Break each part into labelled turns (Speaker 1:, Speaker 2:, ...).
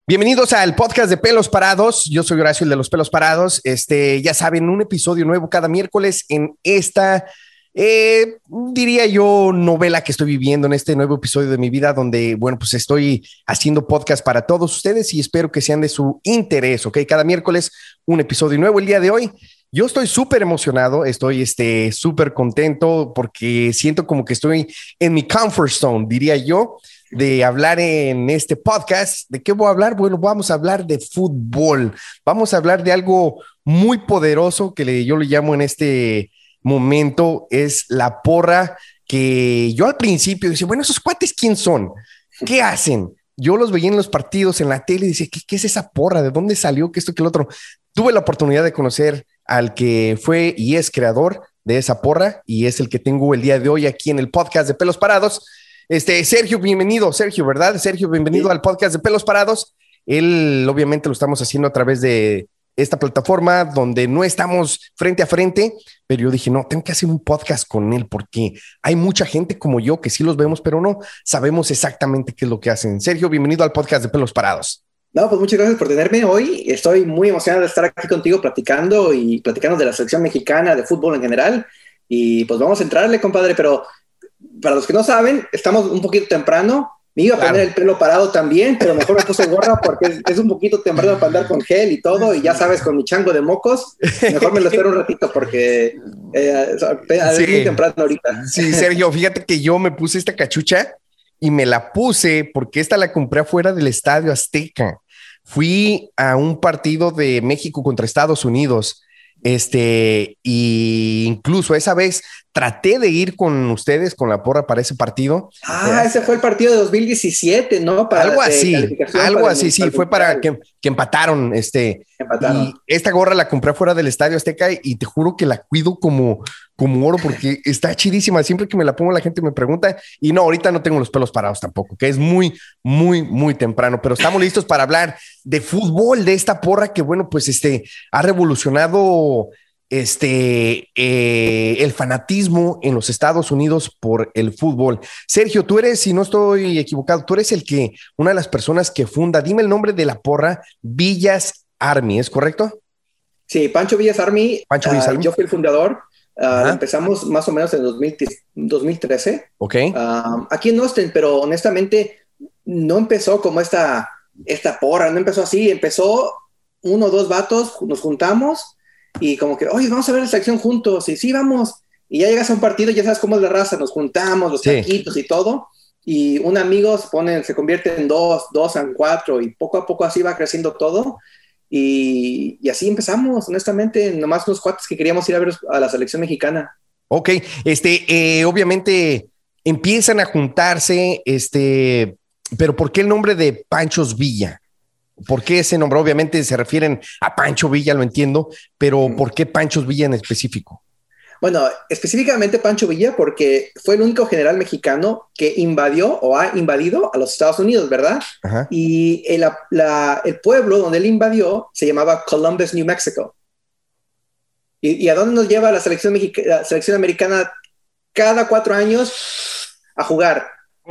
Speaker 1: Bienvenidos al podcast de Pelos Parados. Yo soy Horacio, el de los Pelos Parados. Ya saben, un episodio nuevo cada miércoles en esta, diría yo, novela que estoy viviendo en este nuevo episodio de mi vida, donde, bueno, pues estoy haciendo podcast para todos ustedes y espero que sean de su interés, ¿ok? Cada miércoles un episodio nuevo. El día de hoy yo estoy súper emocionado, estoy súper contento porque siento como que estoy en mi comfort zone, diría yo, de hablar en este podcast. ¿De qué voy a hablar? Bueno, vamos a hablar de fútbol. Vamos a hablar de algo muy poderoso que yo le llamo en este momento, es la porra, que yo al principio decía, bueno, ¿esos cuates quién son? ¿Qué hacen? Yo los veía en los partidos, en la tele, y decía, ¿qué es esa porra? ¿De dónde salió? ¿Qué esto, qué lo otro? Tuve la oportunidad de conocer al que fue y es creador de esa porra, y es el que tengo el día de hoy aquí en el podcast de Pelos Parados. Sergio, bienvenido, Sergio, ¿verdad? Sergio, bienvenido al podcast de Pelos Parados. Él, obviamente, lo estamos haciendo a través de esta plataforma donde no estamos frente a frente, pero yo dije, no, tengo que hacer un podcast con él porque hay mucha gente como yo que sí los vemos, pero no sabemos exactamente qué es lo que hacen. Sergio, bienvenido al podcast de Pelos Parados.
Speaker 2: No, pues muchas gracias por tenerme hoy. Estoy muy emocionado de estar aquí contigo platicando de la selección mexicana de fútbol en general. Y pues vamos a entrarle, compadre, pero para los que no saben, estamos un poquito temprano. Me iba a poner el pelo parado también, pero mejor me puse gorra porque es un poquito temprano para andar con gel y todo. Y ya sabes, con mi chango de mocos, mejor me lo espero un ratito porque es muy temprano ahorita.
Speaker 1: Sí, Sergio, fíjate que yo me puse esta cachucha y me la puse porque esta la compré afuera del Estadio Azteca. Fui a un partido de México contra Estados Unidos. Y incluso esa vez traté de ir con ustedes, con la porra para ese partido.
Speaker 2: Ese fue el partido de 2017, ¿no? Para
Speaker 1: algo así, sí, fue para que empataron,
Speaker 2: empataron.
Speaker 1: Y esta gorra la compré fuera del Estadio Azteca y te juro que la cuido como oro porque está chidísima. Siempre que me la pongo la gente me pregunta y no, ahorita no tengo los pelos parados tampoco, que es muy, muy, muy temprano, pero estamos listos para hablar de fútbol, de esta porra que, bueno, pues ha revolucionado el fanatismo en los Estados Unidos por el fútbol. Sergio, tú eres, si no estoy equivocado, tú eres una de las personas que funda, dime el nombre de la porra, Villas Army, ¿es correcto?
Speaker 2: Sí, Pancho Villas Army.
Speaker 1: Pancho Villas Army.
Speaker 2: Yo fui el fundador. Empezamos más o menos en 2013.
Speaker 1: Ok.
Speaker 2: Aquí en Austin, pero honestamente no empezó como esta porra, no empezó así. Empezó uno o dos vatos, nos juntamos y como que, oye, vamos a ver la selección juntos. Y sí, vamos. Y ya llegas a un partido, ya sabes cómo es la raza, nos juntamos, los taquitos y todo. Y un amigo se convierte en dos en cuatro y poco a poco así va creciendo todo. Y así empezamos, honestamente, nomás unos cuates que queríamos ir a ver a la selección mexicana.
Speaker 1: Ok, obviamente empiezan a juntarse, pero ¿por qué el nombre de Panchos Villa? ¿Por qué ese nombre? Obviamente se refieren a Pancho Villa, lo entiendo, pero ¿por qué Panchos Villa en específico?
Speaker 2: Bueno, específicamente Pancho Villa porque fue el único general mexicano que invadió o ha invadido a los Estados Unidos, ¿verdad?
Speaker 1: Ajá.
Speaker 2: Y el pueblo donde él invadió se llamaba Columbus, New Mexico. ¿Y a dónde nos lleva la selección americana cada 4 años a jugar?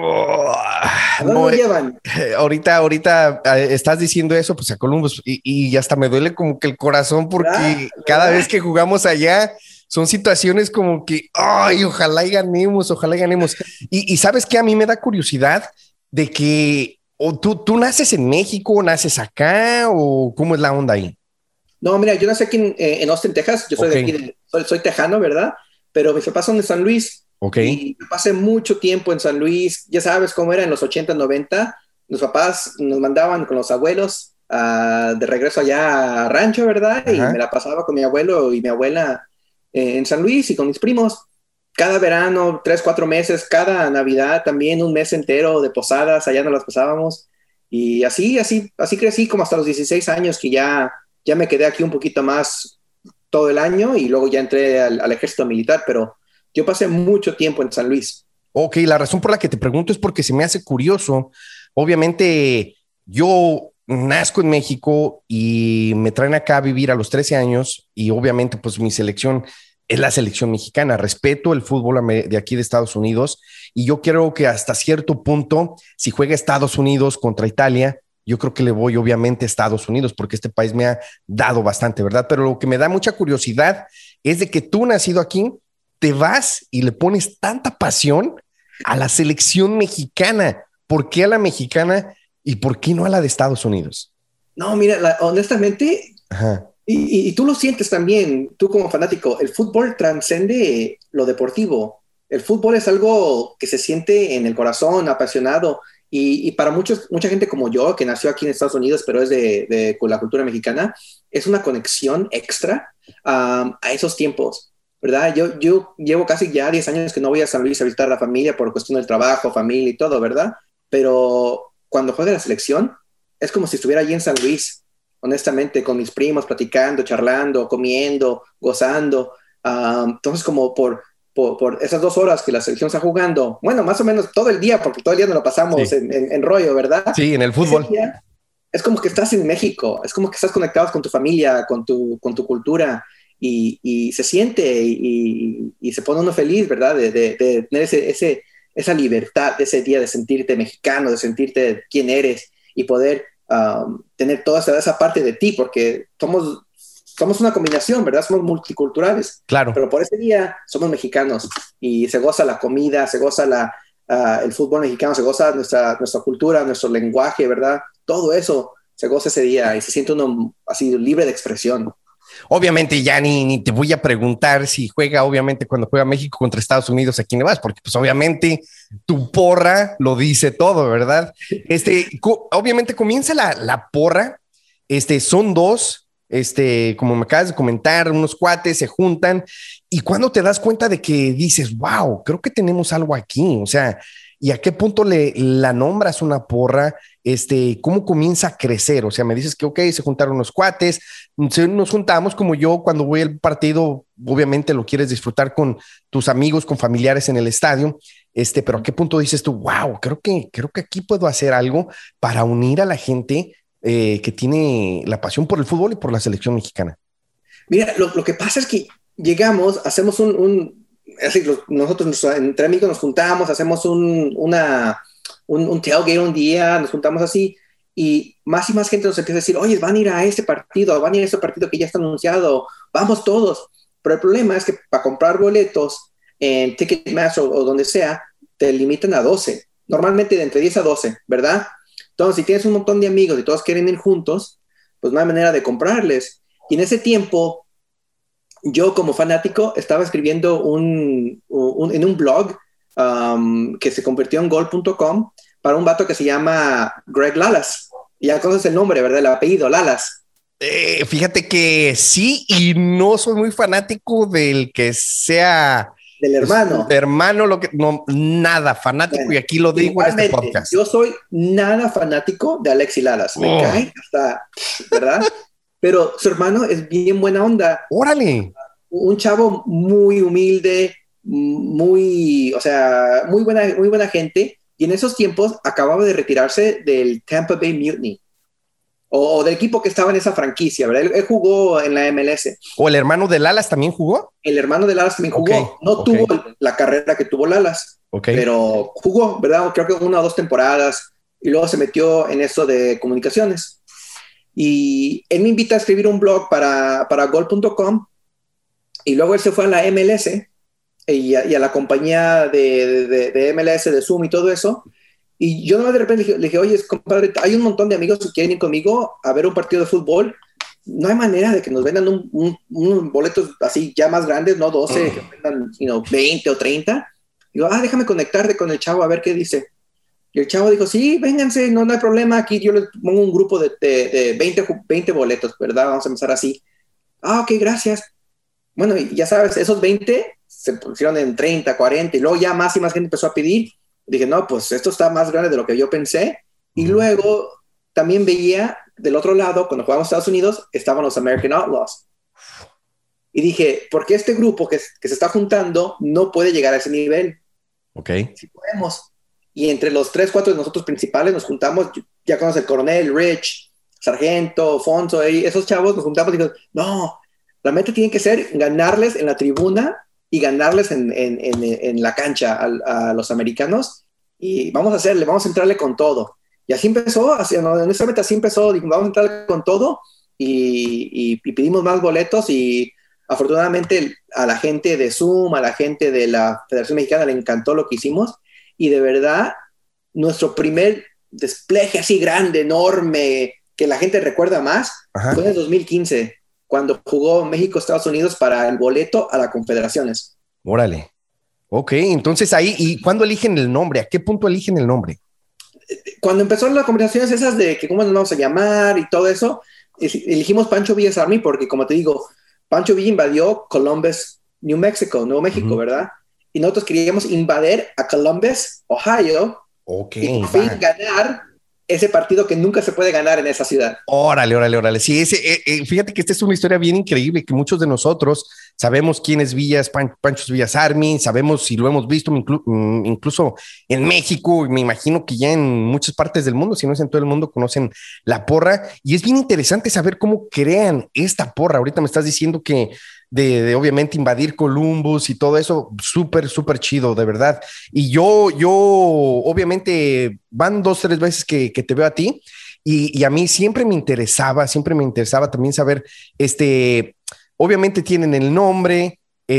Speaker 2: ¿A dónde nos llevan?
Speaker 1: Ahorita estás diciendo eso, pues a Columbus, y hasta me duele como que el corazón porque cada vez que jugamos allá son situaciones como que, ay, ojalá y ganemos. Y sabes que a mí me da curiosidad de que tú naces en México, naces acá, o cómo es la onda ahí.
Speaker 2: No, mira, yo nací aquí en Austin, Texas. Yo soy de aquí, soy tejano, ¿verdad? Pero mis papás son de San Luis. Y pasé mucho tiempo en San Luis. Ya sabes cómo era en los 80, 90. Los papás nos mandaban con los abuelos de regreso allá a rancho, ¿verdad? Ajá. Y me la pasaba con mi abuelo y mi abuela en San Luis y con mis primos. Cada verano, 3, 4 meses, cada Navidad también, un mes entero de posadas, allá nos las pasábamos. Y así crecí como hasta los 16 años que ya me quedé aquí un poquito más todo el año y luego ya entré al ejército militar, pero yo pasé mucho tiempo en San Luis.
Speaker 1: Ok, la razón por la que te pregunto es porque se me hace curioso. Obviamente, yo nazco en México y me traen acá a vivir a los 13 años y obviamente pues mi selección es la selección mexicana. Respeto el fútbol de aquí de Estados Unidos y yo creo que hasta cierto punto, si juega Estados Unidos contra Italia, yo creo que le voy obviamente a Estados Unidos porque este país me ha dado bastante, ¿verdad? Pero lo que me da mucha curiosidad es de que tú, nacido aquí, te vas y le pones tanta pasión a la selección mexicana. ¿Por qué a la mexicana y por qué no a la de Estados Unidos?
Speaker 2: No, mira, honestamente, y tú lo sientes también, tú como fanático, el fútbol transcende lo deportivo. El fútbol es algo que se siente en el corazón, apasionado, y para mucha gente como yo, que nació aquí en Estados Unidos, pero es con la cultura mexicana, es una conexión extra a esos tiempos, ¿verdad? Yo llevo casi ya 10 años que no voy a San Luis a visitar a la familia por cuestión del trabajo, familia y todo, ¿verdad? Pero cuando juega la selección, es como si estuviera allí en San Luis, honestamente, con mis primos, platicando, charlando, comiendo, gozando. Entonces, como por esas 2 horas que la selección está jugando, bueno, más o menos todo el día, porque todo el día nos lo pasamos
Speaker 1: Sí.
Speaker 2: en rollo, ¿verdad?
Speaker 1: Sí, en el fútbol.
Speaker 2: Es como que estás en México, es como que estás conectado con tu familia, con tu cultura, y se siente y se pone uno feliz, ¿verdad? De tener esa libertad de ese día, de sentirte mexicano, de sentirte quién eres y poder tener toda esa parte de ti, porque somos una combinación, ¿verdad? Somos multiculturales.
Speaker 1: Claro.
Speaker 2: Pero por ese día somos mexicanos y se goza la comida, se goza el fútbol mexicano, se goza nuestra cultura, nuestro lenguaje, ¿verdad? Todo eso se goza ese día y se siente uno así libre de expresión.
Speaker 1: Obviamente ya ni te voy a preguntar si juega, obviamente cuando juega México contra Estados Unidos, ¿a quién le vas? Porque pues obviamente tu porra lo dice todo, ¿verdad? Obviamente comienza la porra, son dos, como me acabas de comentar, unos cuates se juntan y cuando te das cuenta de que dices, wow, creo que tenemos algo aquí, o sea, ¿y a qué punto la nombras una porra? ¿Cómo comienza a crecer? O sea, me dices que, ok, se juntaron unos cuates, nos juntamos como yo cuando voy al partido, obviamente lo quieres disfrutar con tus amigos, con familiares en el estadio, pero ¿a qué punto dices tú, wow, creo que aquí puedo hacer algo para unir a la gente que tiene la pasión por el fútbol y por la selección mexicana?
Speaker 2: Mira, lo que pasa es que llegamos, hacemos nosotros entre amigos nos juntamos, hacemos un tailgate un día, nos juntamos así, y más gente nos empieza a decir, oye, van a ir a este partido, van a ir a este partido que ya está anunciado, vamos todos. Pero el problema es que para comprar boletos en Ticketmaster o donde sea, te limitan a 12, normalmente de entre 10 a 12, ¿verdad? Entonces, si tienes un montón de amigos y todos quieren ir juntos, pues no hay manera de comprarles. Y en ese tiempo, yo como fanático estaba escribiendo en un blog que se convirtió en Gol.com para un vato que se llama Greg Lalas. Y ya conoces el nombre, ¿verdad? El apellido, Lalas.
Speaker 1: Fíjate que sí, y no soy muy fanático del que sea
Speaker 2: del hermano.
Speaker 1: Hermano, nada fanático, bueno, y aquí lo digo en este podcast.
Speaker 2: Yo soy nada fanático de Alexi Lalas. Me cae hasta, ¿verdad? Pero su hermano es bien buena onda.
Speaker 1: ¡Órale!
Speaker 2: Un chavo muy humilde, muy buena gente. Y en esos tiempos acababa de retirarse del Tampa Bay Mutiny. O del equipo que estaba en esa franquicia, ¿verdad? Él jugó en la MLS.
Speaker 1: ¿O el hermano de Lalas también jugó?
Speaker 2: El hermano de Lalas también jugó. No tuvo la carrera que tuvo Lalas, pero jugó, ¿verdad? Creo que 1 o 2 temporadas. Y luego se metió en eso de comunicaciones. Y él me invita a escribir un blog para Gol.com. Y luego él se fue a la MLS y a la compañía de MLS, de Zoom y todo eso. Y yo de repente le dije, oye, compadre, hay un montón de amigos que quieren ir conmigo a ver un partido de fútbol. No hay manera de que nos vendan un boletos así ya más grandes, no 12, que vendan 20 o 30. Digo, déjame conectarte con el chavo a ver qué dice. Y el chavo dijo, sí, vénganse, no hay problema. Aquí yo les pongo un grupo de 20 boletos, ¿verdad? Vamos a empezar así. Ok, gracias. Bueno, y ya sabes, esos 20 se pusieron en 30, 40, y luego ya más y más gente empezó a pedir. Dije, no, pues esto está más grande de lo que yo pensé. Y luego también veía del otro lado, cuando jugamos a Estados Unidos, estaban los American Outlaws. Y dije, ¿por qué este grupo que se está juntando no puede llegar a ese nivel?
Speaker 1: Ok.
Speaker 2: Si podemos. Y entre los 3, 4 de nosotros principales nos juntamos, ya conoces el coronel, Rich, Sargento, Fonso, esos chavos nos juntamos y dijimos, no, la meta tiene que ser ganarles en la tribuna y ganarles en la cancha a los americanos, y vamos a entrarle con todo. Y así empezó, honestamente así empezó, dijimos, vamos a entrar con todo y pedimos más boletos y afortunadamente a la gente de Zoom, a la gente de la Federación Mexicana le encantó lo que hicimos y de verdad nuestro primer despliegue así grande, enorme, que la gente recuerda más, fue en el 2015, cuando jugó México-Estados Unidos para el boleto a las Confederaciones.
Speaker 1: Órale. Ok, entonces ahí, ¿y cuándo eligen el nombre? ¿A qué punto eligen el nombre?
Speaker 2: Cuando empezaron las conversaciones esas de que cómo nos vamos a llamar y todo eso, elegimos Pancho Villa's Army porque, como te digo, Pancho Villa invadió Columbus, Nuevo México, ¿verdad? Y nosotros queríamos invadir a Columbus, Ohio, y por fin ganar ese partido que nunca se puede ganar en esa ciudad.
Speaker 1: Órale. Sí, fíjate que esta es una historia bien increíble que muchos de nosotros sabemos quién es Pancho Villa's Army, sabemos si lo hemos visto incluso en México, me imagino que ya en muchas partes del mundo, si no es en todo el mundo, conocen la porra y es bien interesante saber cómo crean esta porra. Ahorita me estás diciendo que de obviamente invadir Columbus y todo eso, súper chido, de verdad. Y yo obviamente van 2, 3 veces que te veo a ti y a mí siempre me interesaba también saber, obviamente tienen el nombre,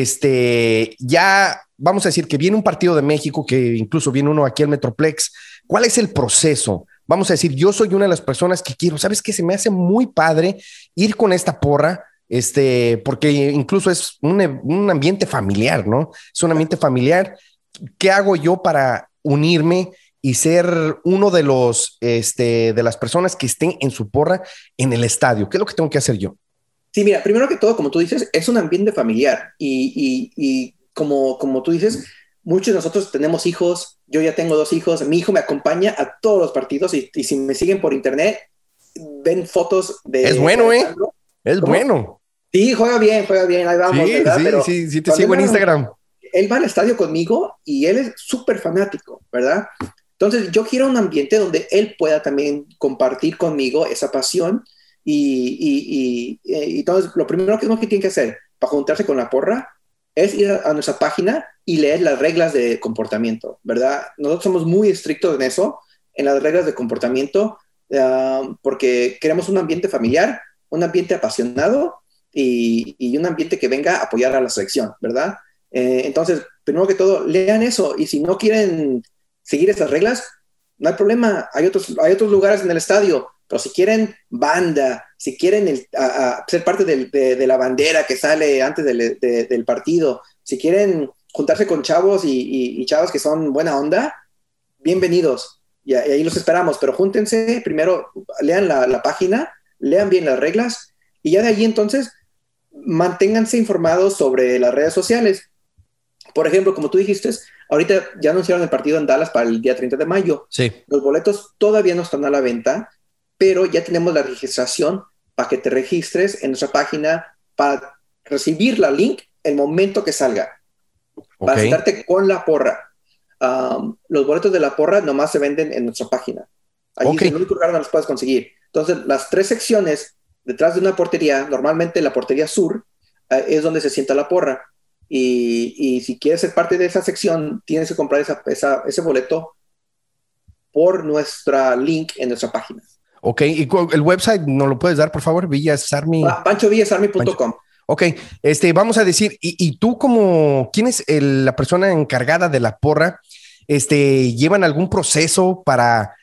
Speaker 1: ya vamos a decir que viene un partido de México, que incluso viene uno aquí al Metroplex. ¿Cuál es el proceso? Vamos a decir, yo soy una de las personas que quiero, ¿sabes qué? Se me hace muy padre ir con esta porra, porque incluso es un ambiente familiar, ¿no? Es un ambiente familiar. ¿Qué hago yo para unirme y ser uno de de las personas que estén en su porra en el estadio? ¿Qué es lo que tengo que hacer yo?
Speaker 2: Sí, mira, primero que todo, como tú dices, es un ambiente familiar y como tú dices, muchos de nosotros tenemos hijos, yo ya tengo 2 hijos, mi hijo me acompaña a todos los partidos y si me siguen por internet, ven fotos de...
Speaker 1: Es bueno, es
Speaker 2: ¿Cómo?
Speaker 1: Bueno.
Speaker 2: Sí, juega bien, ahí vamos,
Speaker 1: sí,
Speaker 2: ¿verdad? Pero
Speaker 1: sí, te sigo en Instagram.
Speaker 2: Él va al estadio conmigo y él es súper fanático, ¿verdad? Entonces yo quiero un ambiente donde él pueda también compartir conmigo esa pasión y entonces lo primero que uno tiene que hacer para juntarse con la porra es ir a nuestra página y leer las reglas de comportamiento, ¿verdad? Nosotros somos muy estrictos en eso, en las reglas de comportamiento, porque queremos un ambiente familiar, un ambiente apasionado y un ambiente que venga a apoyar a la selección, ¿verdad? Entonces, primero que todo, lean eso y si no quieren seguir esas reglas, no hay problema, hay otros lugares en el estadio, pero si quieren banda, si quieren ser parte de la bandera que sale antes del partido, si quieren juntarse con chavos y chavas que son buena onda, bienvenidos. Y ahí los esperamos, pero júntense, primero lean la página, lean bien las reglas y ya de allí entonces manténganse informados sobre las redes sociales. Por ejemplo, como tú dijiste, ahorita ya anunciaron el partido en Dallas para el día 30 de mayo.
Speaker 1: Sí.
Speaker 2: Los boletos todavía no están a la venta, pero ya tenemos la registración para que te registres en nuestra página para recibir la link el momento que salga. Para sentarte con la porra. Los boletos de la porra nomás se venden en nuestra página. Allí es el único lugar donde los puedes conseguir. Entonces, las 3 secciones detrás de una portería, normalmente la portería sur, es donde se sienta la porra. Y si quieres ser parte de esa sección, tienes que comprar ese boleto por nuestra link en nuestra página.
Speaker 1: Ok, ¿y el website no lo puedes dar, por favor? Villasarmy.
Speaker 2: PanchoVillasArmy.com.
Speaker 1: Ok, vamos a decir, y tú ¿quién es la persona encargada de la porra? ¿Llevan algún proceso para,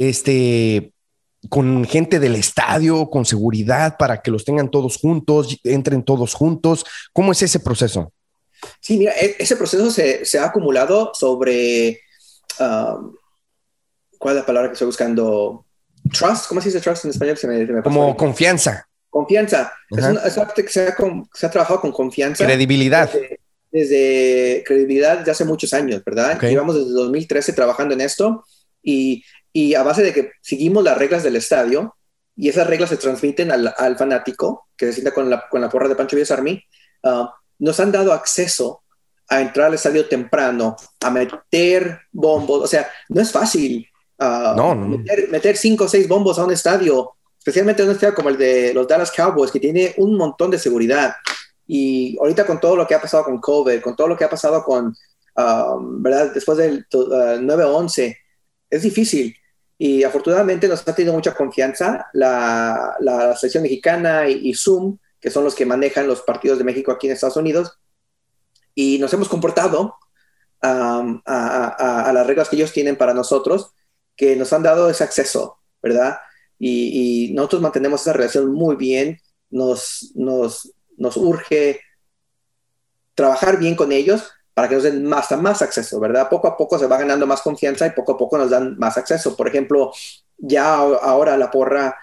Speaker 1: con gente del estadio, con seguridad, para que los tengan todos juntos, entren todos juntos? ¿Cómo es ese proceso?
Speaker 2: Sí, mira, ese proceso se ha acumulado sobre, ¿cuál es la palabra que estoy buscando? Trust, ¿cómo se dice trust en español? Se me
Speaker 1: como confianza.
Speaker 2: Confianza. Es una parte que se ha trabajado con confianza.
Speaker 1: Credibilidad.
Speaker 2: Desde credibilidad desde hace muchos años, ¿verdad? Okay. Llevamos desde 2013 trabajando en esto y a base de que seguimos las reglas del estadio y esas reglas se transmiten al fanático que se sienta con la porra de Pancho Villa's Army, nos han dado acceso a entrar al estadio temprano, a meter bombos. O sea, no es fácil meter 5 o 6 bombos a un estadio, especialmente en un estadio como el de los Dallas Cowboys, que tiene un montón de seguridad. Y ahorita con todo lo que ha pasado con COVID, con todo lo que ha pasado con, ¿verdad? Después del 9/11, es difícil. Y afortunadamente nos ha tenido mucha confianza la selección mexicana y Zoom, que son los que manejan los partidos de México aquí en Estados Unidos, y nos hemos comportado a las reglas que ellos tienen para nosotros, que nos han dado ese acceso, ¿verdad? Y nosotros mantenemos esa relación muy bien, nos urge trabajar bien con ellos para que nos den más acceso, ¿verdad? Poco a poco se va ganando más confianza y poco a poco nos dan más acceso. Por ejemplo, ya ahora la porra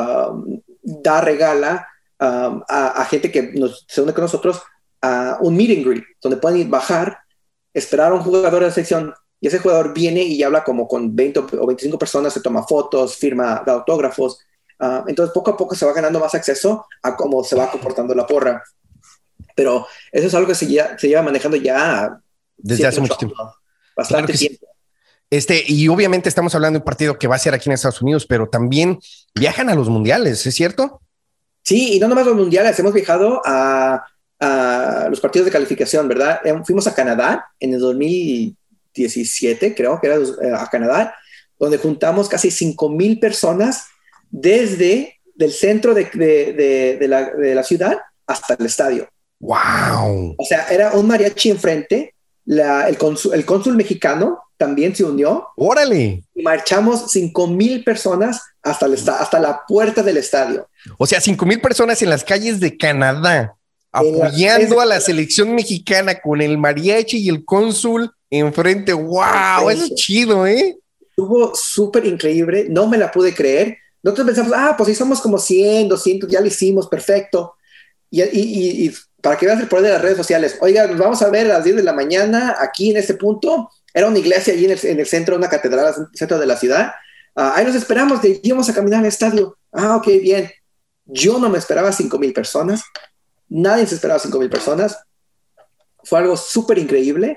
Speaker 2: regala a gente que se une con nosotros a un meet and greet, donde pueden bajar, esperar a un jugador de la sección y ese jugador viene y habla como con 20 o 25 personas, se toma fotos, firma, da autógrafos. Entonces, poco a poco se va ganando más acceso a cómo se va comportando la porra. Pero eso es algo que se lleva manejando ya
Speaker 1: desde hace mucho tiempo.
Speaker 2: Bastante claro tiempo.
Speaker 1: Sí. Y obviamente estamos hablando de un partido que va a ser aquí en Estados Unidos, pero también viajan a los mundiales, ¿es cierto?
Speaker 2: Sí, y no nomás los mundiales, hemos viajado a los partidos de calificación, ¿verdad? Fuimos a Canadá en el 2017, creo que era a Canadá, donde juntamos casi 5,000 personas desde el centro de la ciudad hasta el estadio.
Speaker 1: ¡Wow!
Speaker 2: O sea, era un mariachi enfrente, el cónsul mexicano también se unió.
Speaker 1: ¡Órale!
Speaker 2: Y marchamos 5,000 personas hasta la puerta del estadio.
Speaker 1: O sea, 5,000 personas en las calles de Canadá, apoyando a la selección mexicana con el mariachi y el cónsul enfrente. ¡Wow! Eso es chido, ¿eh?
Speaker 2: Estuvo súper increíble, no me la pude creer. Nosotros pensamos, pues si somos como 100, 200, ya lo hicimos, perfecto. Y para que veas el poder de las redes sociales, oiga, nos vamos a ver a las 10 de la mañana aquí en este punto. Era una iglesia allí en el centro, una catedral en el centro de la ciudad. Ahí nos esperamos, de allí íbamos a caminar al estadio. Ok, bien. Yo no me esperaba 5,000 personas. Nadie se esperaba 5,000 personas. Fue algo súper increíble.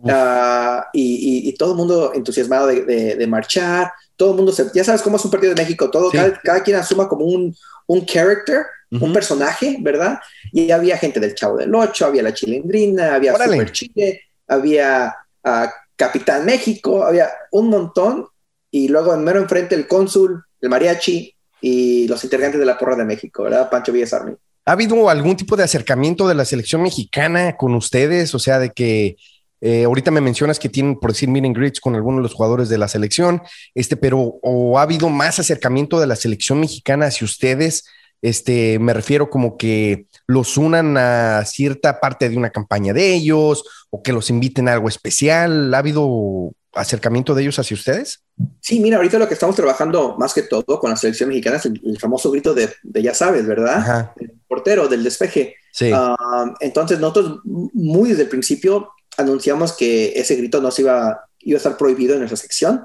Speaker 2: Y todo el mundo entusiasmado de marchar. Todo el mundo, ya sabes cómo es un partido de México. Sí. Cada quien asuma como un character, un personaje, ¿verdad? Y había gente del Chavo del Ocho, había la Chilindrina, había Super Chile, había Capitán México, había un montón. Y luego en mero enfrente el cónsul, el mariachi y los integrantes de la porra de México, ¿verdad? Pancho Villasarmi.
Speaker 1: ¿Ha habido algún tipo de acercamiento de la selección mexicana con ustedes? O sea, de que ahorita me mencionas que tienen, por decir, meet and greets con algunos de los jugadores de la selección, pero ¿o ha habido más acercamiento de la selección mexicana hacia ustedes? Me refiero como que los unan a cierta parte de una campaña de ellos o que los inviten a algo especial. ¿Ha habido acercamiento de ellos hacia ustedes?
Speaker 2: Sí, mira, ahorita lo que estamos trabajando más que todo con la selección mexicana es el famoso grito de ya sabes, ¿verdad? Ajá. El portero, del despeje.
Speaker 1: Sí.
Speaker 2: Entonces nosotros muy desde el principio anunciamos que ese grito no iba a estar prohibido en nuestra sección.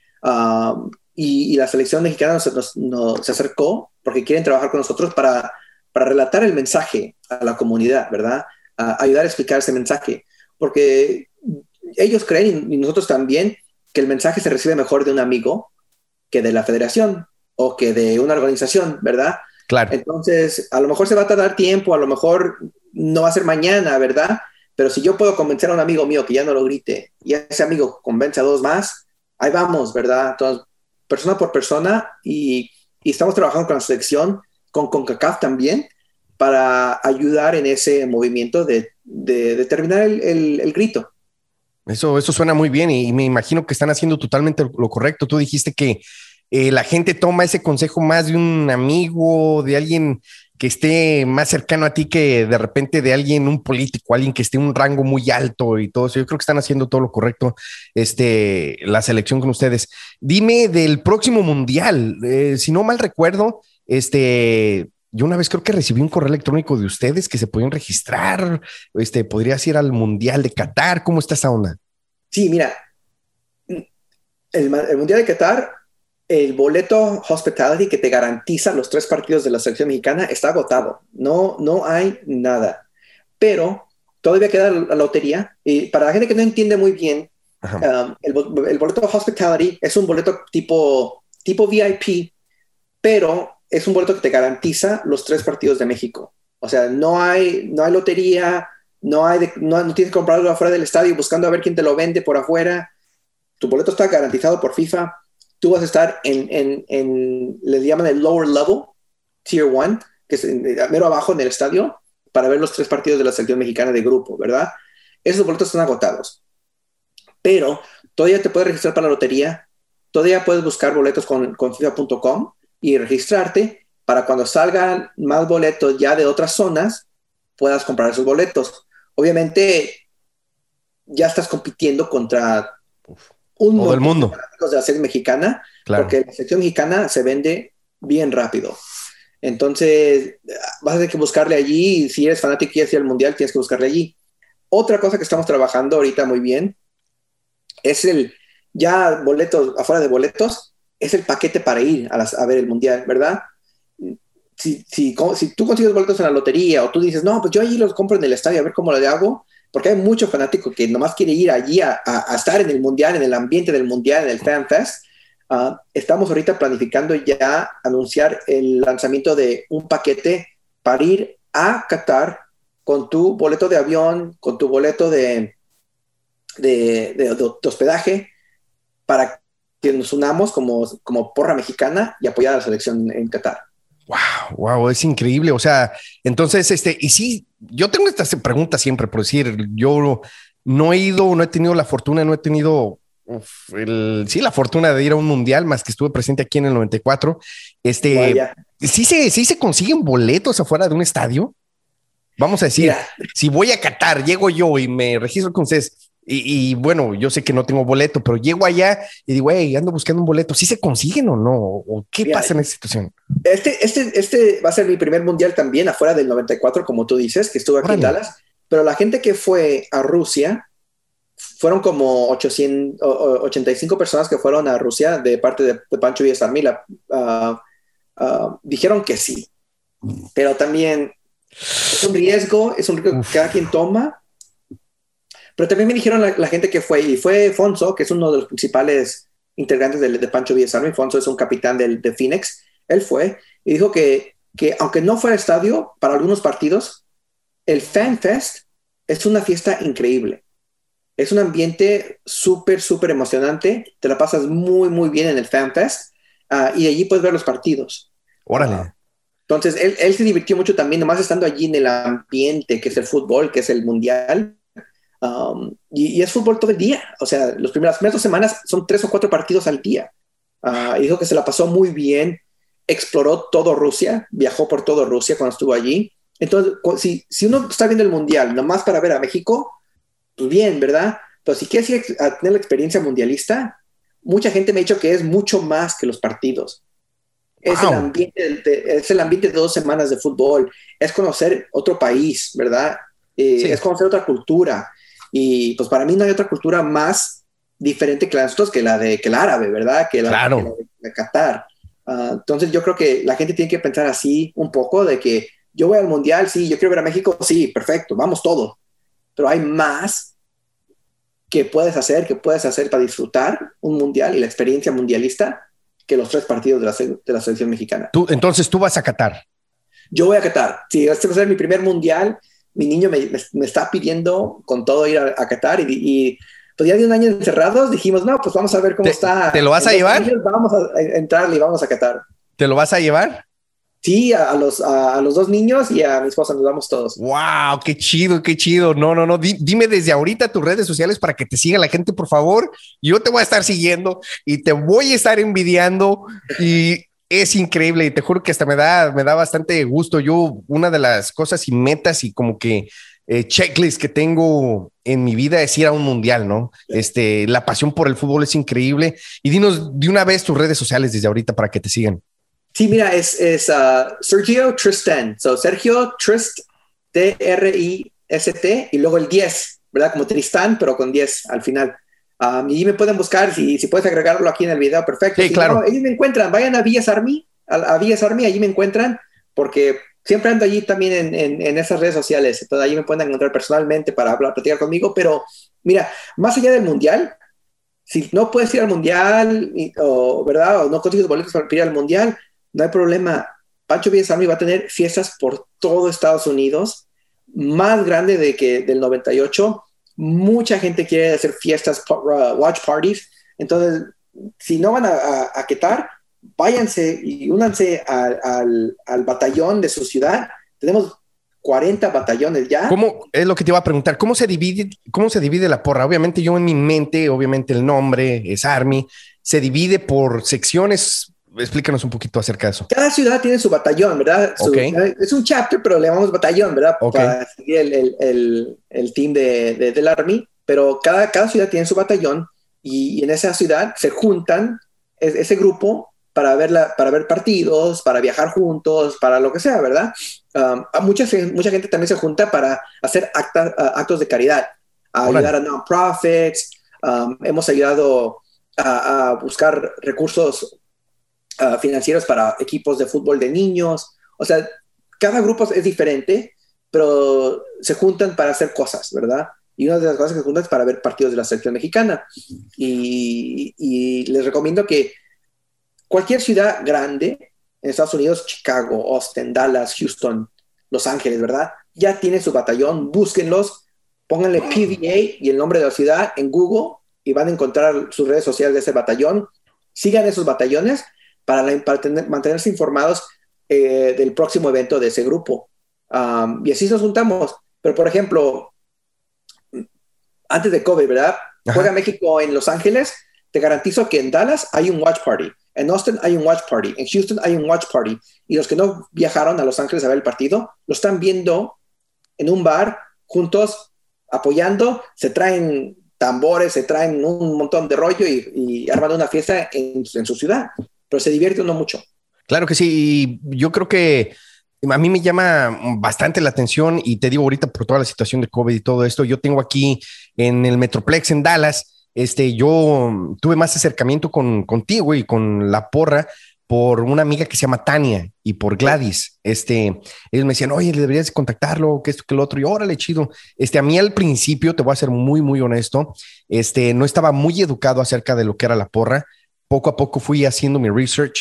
Speaker 2: Y la selección mexicana se acercó porque quieren trabajar con nosotros para relatar el mensaje a la comunidad, ¿verdad? Ayudar a explicar ese mensaje. Porque ellos creen, y nosotros también, que el mensaje se recibe mejor de un amigo que de la federación o que de una organización, ¿verdad?
Speaker 1: Claro.
Speaker 2: Entonces, a lo mejor se va a tardar tiempo, a lo mejor no va a ser mañana, ¿verdad? Pero si yo puedo convencer a un amigo mío que ya no lo grite y ese amigo convence a 2 más, ahí vamos, ¿verdad? Entonces, persona por persona y estamos trabajando con la selección, con CONCACAF también, para ayudar en ese movimiento de terminar el grito.
Speaker 1: Eso suena muy bien y me imagino que están haciendo totalmente lo correcto. Tú dijiste que la gente toma ese consejo más de un amigo, de alguien que esté más cercano a ti que de repente de alguien, un político, alguien que esté en un rango muy alto y todo eso. Yo creo que están haciendo todo lo correcto, la selección con ustedes. Dime del próximo mundial, si no mal recuerdo, yo una vez creo que recibí un correo electrónico de ustedes que se podían registrar, podrías ir al Mundial de Qatar. ¿Cómo está esa onda?
Speaker 2: Sí, mira, el Mundial de Qatar, el boleto Hospitality que te garantiza los 3 partidos de la selección mexicana está agotado. No hay nada. Pero todavía queda la lotería. Y para la gente que no entiende muy bien, el boleto Hospitality es un boleto tipo VIP, pero es un boleto que te garantiza los 3 partidos de México. O sea, no hay lotería, no tienes que comprarlo afuera del estadio buscando a ver quién te lo vende por afuera. Tu boleto está garantizado por FIFA tú vas a estar les llaman el lower level, tier 1, que es mero abajo en el estadio, para ver los 3 partidos de la selección mexicana de grupo, ¿verdad? Esos boletos están agotados. Pero todavía te puedes registrar para la lotería, todavía puedes buscar boletos con FIFA.com y registrarte para cuando salgan más boletos ya de otras zonas, puedas comprar esos boletos. Obviamente, ya estás compitiendo contra
Speaker 1: todo el mundo
Speaker 2: de la selección mexicana, claro, porque la selección mexicana se vende bien rápido. Entonces, vas a tener que buscarle allí. Si eres fanático y quieres ir al mundial, tienes que buscarle allí. Otra cosa que estamos trabajando ahorita muy bien es ya boletos, afuera de boletos, es el paquete para ir a ver el mundial, ¿verdad? Si tú consigues boletos en la lotería o tú dices, no, pues yo allí los compro en el estadio a ver cómo lo hago, porque hay mucho fanático que nomás quiere ir allí a estar en el mundial, en el ambiente del mundial, en el Fan Fest. Estamos ahorita planificando ya anunciar el lanzamiento de un paquete para ir a Qatar con tu boleto de avión, con tu boleto de hospedaje, para que nos unamos como porra mexicana y apoyar a la selección en Qatar.
Speaker 1: Wow, es increíble. O sea, entonces, y sí, yo tengo esta pregunta siempre, por decir, yo no he ido, no he tenido la fortuna, no he tenido la fortuna de ir a un mundial, más que estuve presente aquí en el 94. ¿Sí se consiguen boletos afuera de un estadio? Vamos a decir, mira, si voy a Qatar, llego yo y me registro con ustedes. Y bueno, yo sé que no tengo boleto, pero llego allá y digo, hey, ando buscando un boleto. ¿Sí se consiguen o no? ¿O qué pasa en esta situación?
Speaker 2: Este va a ser mi primer mundial también, afuera del 94, como tú dices, que estuve aquí en Dallas. Pero la gente que fue a Rusia, fueron como 85 personas que fueron a Rusia de parte de Pancho Villasarmila. Dijeron que sí. Pero también es un riesgo que cada quien toma. Pero también me dijeron la gente que fue, y fue Fonso, que es uno de los principales integrantes de Pancho Villasarmi. Fonso es un capitán de Phoenix. Él fue y dijo que aunque no fuera estadio, para algunos partidos, el Fan Fest es una fiesta increíble. Es un ambiente súper, súper emocionante. Te la pasas muy, muy bien en el Fan Fest y allí puedes ver los partidos.
Speaker 1: Órale.
Speaker 2: Entonces, él se divirtió mucho también, nomás estando allí en el ambiente, que es el fútbol, que es el mundial. Y es fútbol todo el día. O sea, las primeras 2 semanas son 3 o 4 partidos al día. Y dijo que se la pasó muy bien. Exploró todo Rusia, viajó por todo Rusia cuando estuvo allí. Entonces, si uno está viendo el mundial nomás para ver a México, pues bien, ¿verdad? Pero si quieres ir a tener la experiencia mundialista, mucha gente me ha dicho que es mucho más que los partidos. Wow. Es el ambiente de 2 semanas de fútbol, es conocer otro país, ¿verdad? Sí. Es conocer otra cultura. Y pues para mí no hay otra cultura más diferente que la de nosotros, que la árabe, ¿verdad? Que la de Qatar. Entonces yo creo que la gente tiene que pensar así un poco, de que yo voy al mundial, sí, yo quiero ver a México, sí, perfecto, vamos todos. Pero hay más que puedes hacer para disfrutar un mundial y la experiencia mundialista que los 3 partidos de la selección mexicana.
Speaker 1: Entonces tú vas a Qatar.
Speaker 2: Yo voy a Qatar. Sí, este va a ser mi primer mundial. Mi niño me está pidiendo con todo ir a Qatar y pues ya de un año encerrados dijimos, no, pues vamos a ver cómo está.
Speaker 1: ¿Te lo vas a llevar?
Speaker 2: Vamos a entrarle y vamos a Qatar.
Speaker 1: ¿Te lo vas a llevar?
Speaker 2: Sí, a los 2 niños y a mi esposa nos vamos todos.
Speaker 1: ¡Wow! ¡Qué chido, qué chido! No. Dime desde ahorita tus redes sociales para que te siga la gente, por favor. Yo te voy a estar siguiendo y te voy a estar envidiando y es increíble. Y te juro que hasta me da bastante gusto. Yo, una de las cosas y metas y como que checklist que tengo en mi vida es ir a un mundial, ¿no? Sí. La pasión por el fútbol es increíble. Y dinos de una vez tus redes sociales desde ahorita para que te sigan.
Speaker 2: Sí, mira, es Sergio Trist10. So, Sergio Trist, T-R-I-S-T, y luego el 10, ¿verdad? Como Tristán, pero con 10 al final. Y me pueden buscar, si puedes agregarlo aquí en el video, perfecto.
Speaker 1: Sí,
Speaker 2: si
Speaker 1: claro.
Speaker 2: No, ellos me encuentran, vayan a Villasarmi, allí me encuentran, porque siempre ando allí también en esas redes sociales. Entonces, allí me pueden encontrar personalmente para platicar conmigo. Pero, mira, más allá del mundial, si no puedes ir al mundial, ¿verdad? O no consigues boletos para ir al mundial, no hay problema. Pancho Villasarmi va a tener fiestas por todo Estados Unidos, más grande del 98. Mucha gente quiere hacer fiestas, watch parties. Entonces, si no van a Qatar, váyanse y únanse al batallón de su ciudad. Tenemos 40 batallones ya.
Speaker 1: ¿Cómo es lo que te iba a preguntar? ¿Cómo se divide la porra? Obviamente yo en mi mente, obviamente el nombre es Army, se divide por secciones. Explícanos un poquito acerca de eso.
Speaker 2: Cada ciudad tiene su batallón, ¿verdad?
Speaker 1: Okay.
Speaker 2: Es un chapter, pero le llamamos batallón, ¿verdad?
Speaker 1: Okay.
Speaker 2: Para seguir el team del Army, pero cada ciudad tiene su batallón y en esa ciudad se juntan ese grupo para ver partidos, para viajar juntos, para lo que sea, ¿verdad? Mucha gente también se junta para hacer actos de caridad, a ayudar a non-profits. Hemos ayudado a buscar recursos financieros para equipos de fútbol de niños. O sea, cada grupo es diferente, pero se juntan para hacer cosas, ¿verdad? Y una de las cosas que se juntan es para ver partidos de la selección mexicana. Y les recomiendo que cualquier ciudad grande en Estados Unidos, Chicago, Austin, Dallas, Houston, Los Ángeles, ¿verdad? Ya tiene su batallón, búsquenlos, pónganle PVA y el nombre de la ciudad en Google y van a encontrar sus redes sociales de ese batallón. Sigan esos batallones para mantenerse informados del próximo evento de ese grupo. Y así nos juntamos. Pero, por ejemplo, antes de COVID, ¿verdad? Juega México en Los Ángeles, te garantizo que en Dallas hay un watch party. En Austin hay un watch party. En Houston hay un watch party. Y los que no viajaron a Los Ángeles a ver el partido, lo están viendo en un bar, juntos, apoyando. Se traen tambores, se traen un montón de rollo y arman una fiesta en su ciudad. Pero se divierte uno mucho.
Speaker 1: Claro que sí. Y yo creo que a mí me llama bastante la atención y te digo ahorita por toda la situación de COVID y todo esto, yo tengo aquí en el Metroplex en Dallas, yo tuve más acercamiento contigo y con la porra por una amiga que se llama Tania y por Gladys. Ellos me decían, oye, le deberías contactarlo, que esto, que lo otro. Y órale, chido. A mí al principio, te voy a ser muy, muy honesto, no estaba muy educado acerca de lo que era la porra. Poco a poco fui haciendo mi research,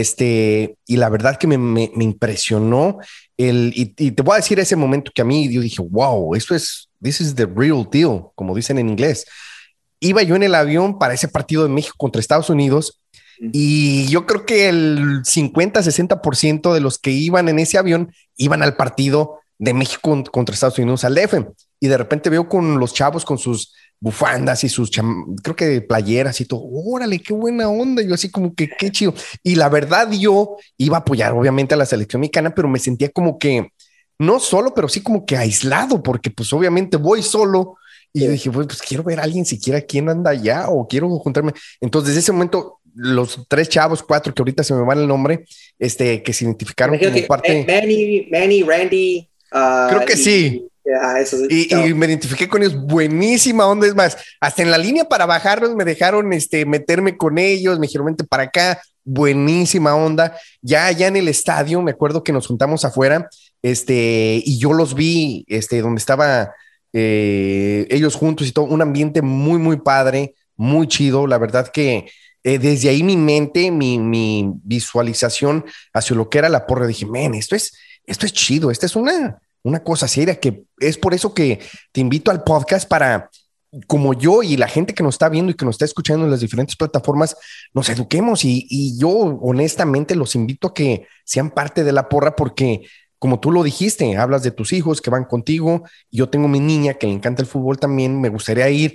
Speaker 1: y la verdad que me impresionó y te voy a decir ese momento que a mí yo dije, wow, this is the real deal, como dicen en inglés. Iba yo en el avión para ese partido de México contra Estados Unidos y yo creo que el 50-60% de los que iban en ese avión iban al partido de México contra Estados Unidos al DF. Y de repente veo con los chavos con sus bufandas y sus, creo que playeras y todo. Órale, qué buena onda. Yo así como que qué chido. Y la verdad yo iba a apoyar obviamente a la selección mexicana, pero me sentía como que no solo, pero sí como que aislado, porque pues obviamente voy solo. Y yo dije, pues quiero ver a alguien siquiera quién anda allá o quiero juntarme. Entonces, desde ese momento, los 3 chavos, 4 que ahorita se me van el nombre, que se identificaron como parte.
Speaker 2: Manny, Randy.
Speaker 1: Creo que sí. Y me identifiqué con ellos. Buenísima onda. Es más, hasta en la línea para bajarlos me dejaron meterme con ellos. Me dijeron, vente para acá. Buenísima onda. Ya en el estadio, me acuerdo que nos juntamos afuera, y yo los vi, donde estaba ellos juntos y todo, un ambiente muy, muy padre, muy chido. La verdad que desde ahí mi mente, mi visualización hacia lo que era la porra, dije, man, esto es chido, esta es una cosa seria, que es por eso que te invito al podcast para, como yo y la gente que nos está viendo y que nos está escuchando en las diferentes plataformas, nos eduquemos y yo honestamente los invito a que sean parte de la porra porque como tú lo dijiste, hablas de tus hijos que van contigo. Yo tengo mi niña que le encanta el fútbol también. Me gustaría ir,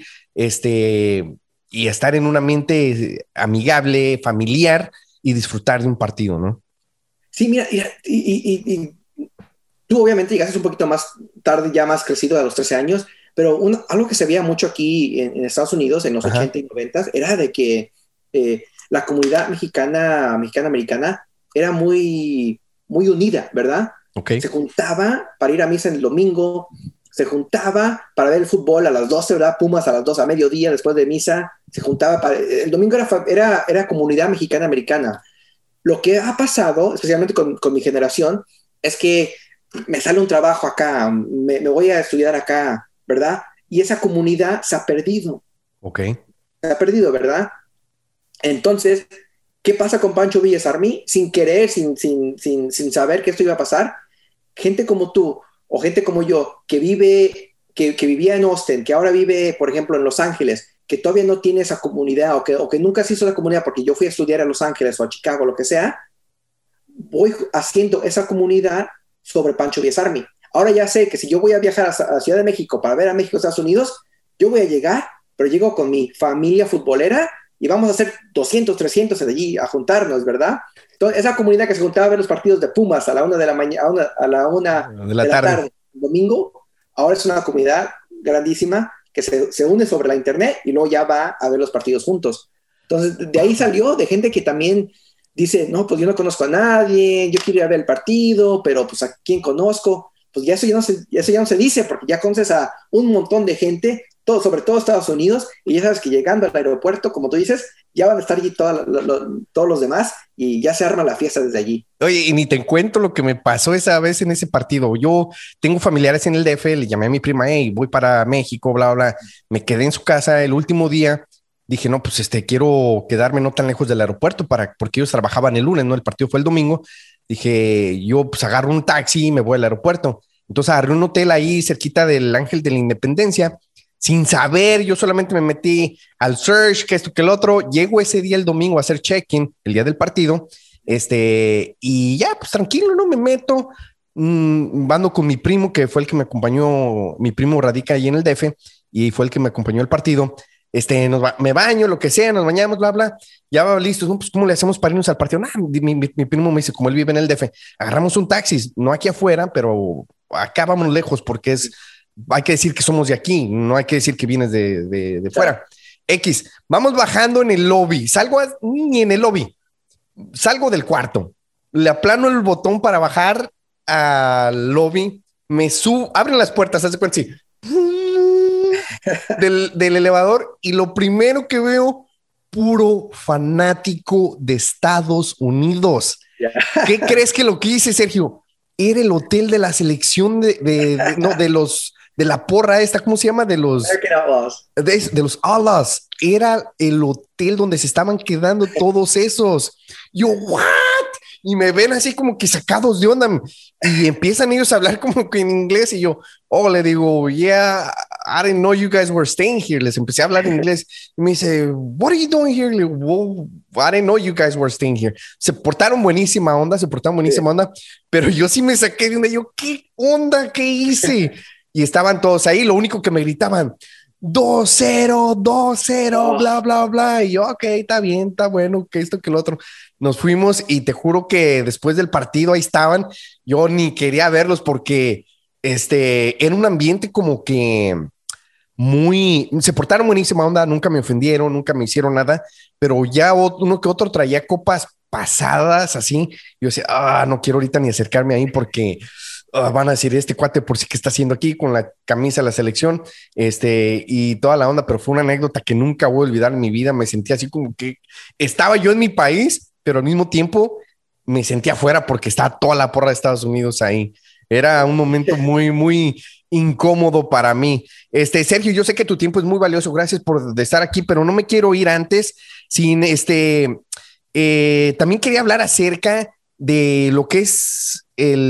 Speaker 1: y estar en un ambiente amigable, familiar y disfrutar de un partido, ¿no?
Speaker 2: Sí, mira, y tú obviamente llegaste un poquito más tarde, ya más crecido a los 13 años, pero algo que se veía mucho aquí en Estados Unidos en los 80 y 90 era de que la comunidad mexicana-americana era muy, muy unida, ¿verdad?
Speaker 1: Okay.
Speaker 2: Se juntaba para ir a misa el domingo, se juntaba para ver el fútbol a las 12, ¿verdad? Pumas a las 12 a mediodía después de misa, se juntaba el domingo era comunidad mexicana-americana. Lo que ha pasado, especialmente con mi generación, es que me sale un trabajo acá, me voy a estudiar acá, ¿verdad? Y esa comunidad se ha perdido.
Speaker 1: Ok.
Speaker 2: Se ha perdido, ¿verdad? Entonces, ¿qué pasa con Pancho Villas Army? Sin querer, sin saber que esto iba a pasar, gente como tú o gente como yo que vivía en Austin, que ahora vive, por ejemplo, en Los Ángeles, que todavía no tiene esa comunidad o que nunca se hizo la comunidad porque yo fui a estudiar a Los Ángeles o a Chicago, lo que sea, voy haciendo esa comunidad sobre Pancho Villa Army. Ahora ya sé que si yo voy a viajar a Ciudad de México para ver a México, Estados Unidos, yo voy a llegar, pero llego con mi familia futbolera y vamos a hacer 200, 300 de allí a juntarnos, ¿verdad? Entonces, esa comunidad que se juntaba a ver los partidos de Pumas a la 1 de la mañana, a la 1
Speaker 1: de la tarde,
Speaker 2: domingo, ahora es una comunidad grandísima que se une sobre la internet y luego ya va a ver los partidos juntos. Entonces, de ahí salió de gente que también dice, no, pues yo no conozco a nadie, yo quiero ir a ver el partido, pero pues a quién conozco, pues ya eso ya no se dice, porque ya conoces a un montón de gente, sobre todo Estados Unidos, y ya sabes que llegando al aeropuerto, como tú dices, ya van a estar allí todos los demás y ya se arma la fiesta desde allí.
Speaker 1: Oye, y ni te cuento lo que me pasó esa vez en ese partido. Yo tengo familiares en el DF, le llamé a mi prima, hey, voy para México, bla, bla, me quedé en su casa el último día. Dije, no, pues quiero quedarme no tan lejos del aeropuerto porque ellos trabajaban el lunes, ¿no? El partido fue el domingo. Dije, yo pues agarro un taxi y me voy al aeropuerto. Entonces agarré un hotel ahí cerquita del Ángel de la Independencia, sin saber, yo solamente me metí al search, que esto, que el otro. Llego ese día el domingo a hacer check-in, el día del partido, y ya, pues tranquilo, ¿no? Me meto, ando con mi primo, que fue el que me acompañó, mi primo radica ahí en el DF, y fue el que me acompañó al partido. Me baño, lo que sea, nos bañamos, bla, bla, ya va listos, ¿no? Pues ¿cómo le hacemos para irnos al partido? Mi primo me dice, como él vive en el DF, agarramos un taxi, no aquí afuera, pero acá vamos lejos porque hay que decir que somos de aquí, no hay que decir que vienes de fuera. X, vamos bajando en el lobby, ni en el lobby, salgo del cuarto, le aplano el botón para bajar al lobby, me subo, abren las puertas, hace cuenta, sí, del elevador, y lo primero que veo, puro fanático de Estados Unidos. Yeah. ¿Qué crees que lo que hice, Sergio? Era el hotel de la selección de la porra esta, ¿cómo se llama? De los Outlaws. Era el hotel donde se estaban quedando todos esos. Yo, ¿what? Y me ven así como que sacados de onda y empiezan ellos a hablar como que en inglés y yo, le digo, yeah, I didn't know you guys were staying here. Les empecé a hablar en inglés y me dice, what are you doing here? Le digo, well, I didn't know you guys were staying here. Se portaron buenísima onda, pero yo sí me saqué de onda. Yo, ¿qué onda? ¿Qué hice? Y estaban todos ahí, lo único que me gritaban, 2-0, 2-0, bla, bla, bla. Y yo, ok, está bien, está bueno, que esto, que lo otro. Nos fuimos y te juro que después del partido ahí estaban. Yo ni quería verlos porque era un ambiente como que se portaron buenísima onda, nunca me ofendieron, nunca me hicieron nada, pero ya uno que otro traía copas pasadas así. Yo decía, no quiero ahorita ni acercarme ahí porque van a decir, este cuate por sí que está haciendo aquí con la camisa de la selección, y toda la onda, pero fue una anécdota que nunca voy a olvidar en mi vida. Me sentía así como que estaba yo en mi país, pero al mismo tiempo me sentía afuera porque estaba toda la porra de Estados Unidos ahí. Era un momento muy, muy incómodo para mí. Sergio, yo sé que tu tiempo es muy valioso, gracias por estar aquí, pero no me quiero ir antes sin también quería hablar acerca de lo que es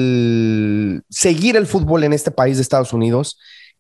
Speaker 1: el seguir el fútbol en este país de Estados Unidos,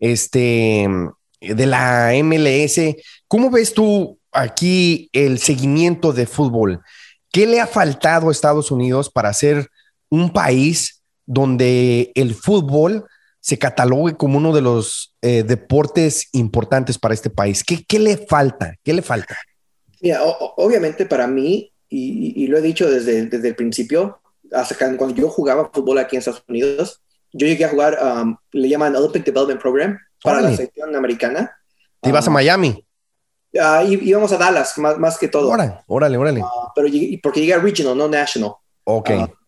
Speaker 1: de la MLS. ¿Cómo ves tú aquí el seguimiento de fútbol? ¿Qué le ha faltado a Estados Unidos para ser un país donde el fútbol se catalogue como uno de los deportes importantes para este país? ¿Qué le falta? ¿Qué le falta?
Speaker 2: Mira, obviamente para mí, y lo he dicho desde el principio, hasta cuando yo jugaba fútbol aquí en Estados Unidos, yo llegué a jugar, le llaman Olympic Development Program para la selección americana.
Speaker 1: ¿Te ibas a Miami?
Speaker 2: Íbamos a Dallas, más que todo.
Speaker 1: Órale.
Speaker 2: Pero porque llegué a Regional, no National.
Speaker 1: Ok.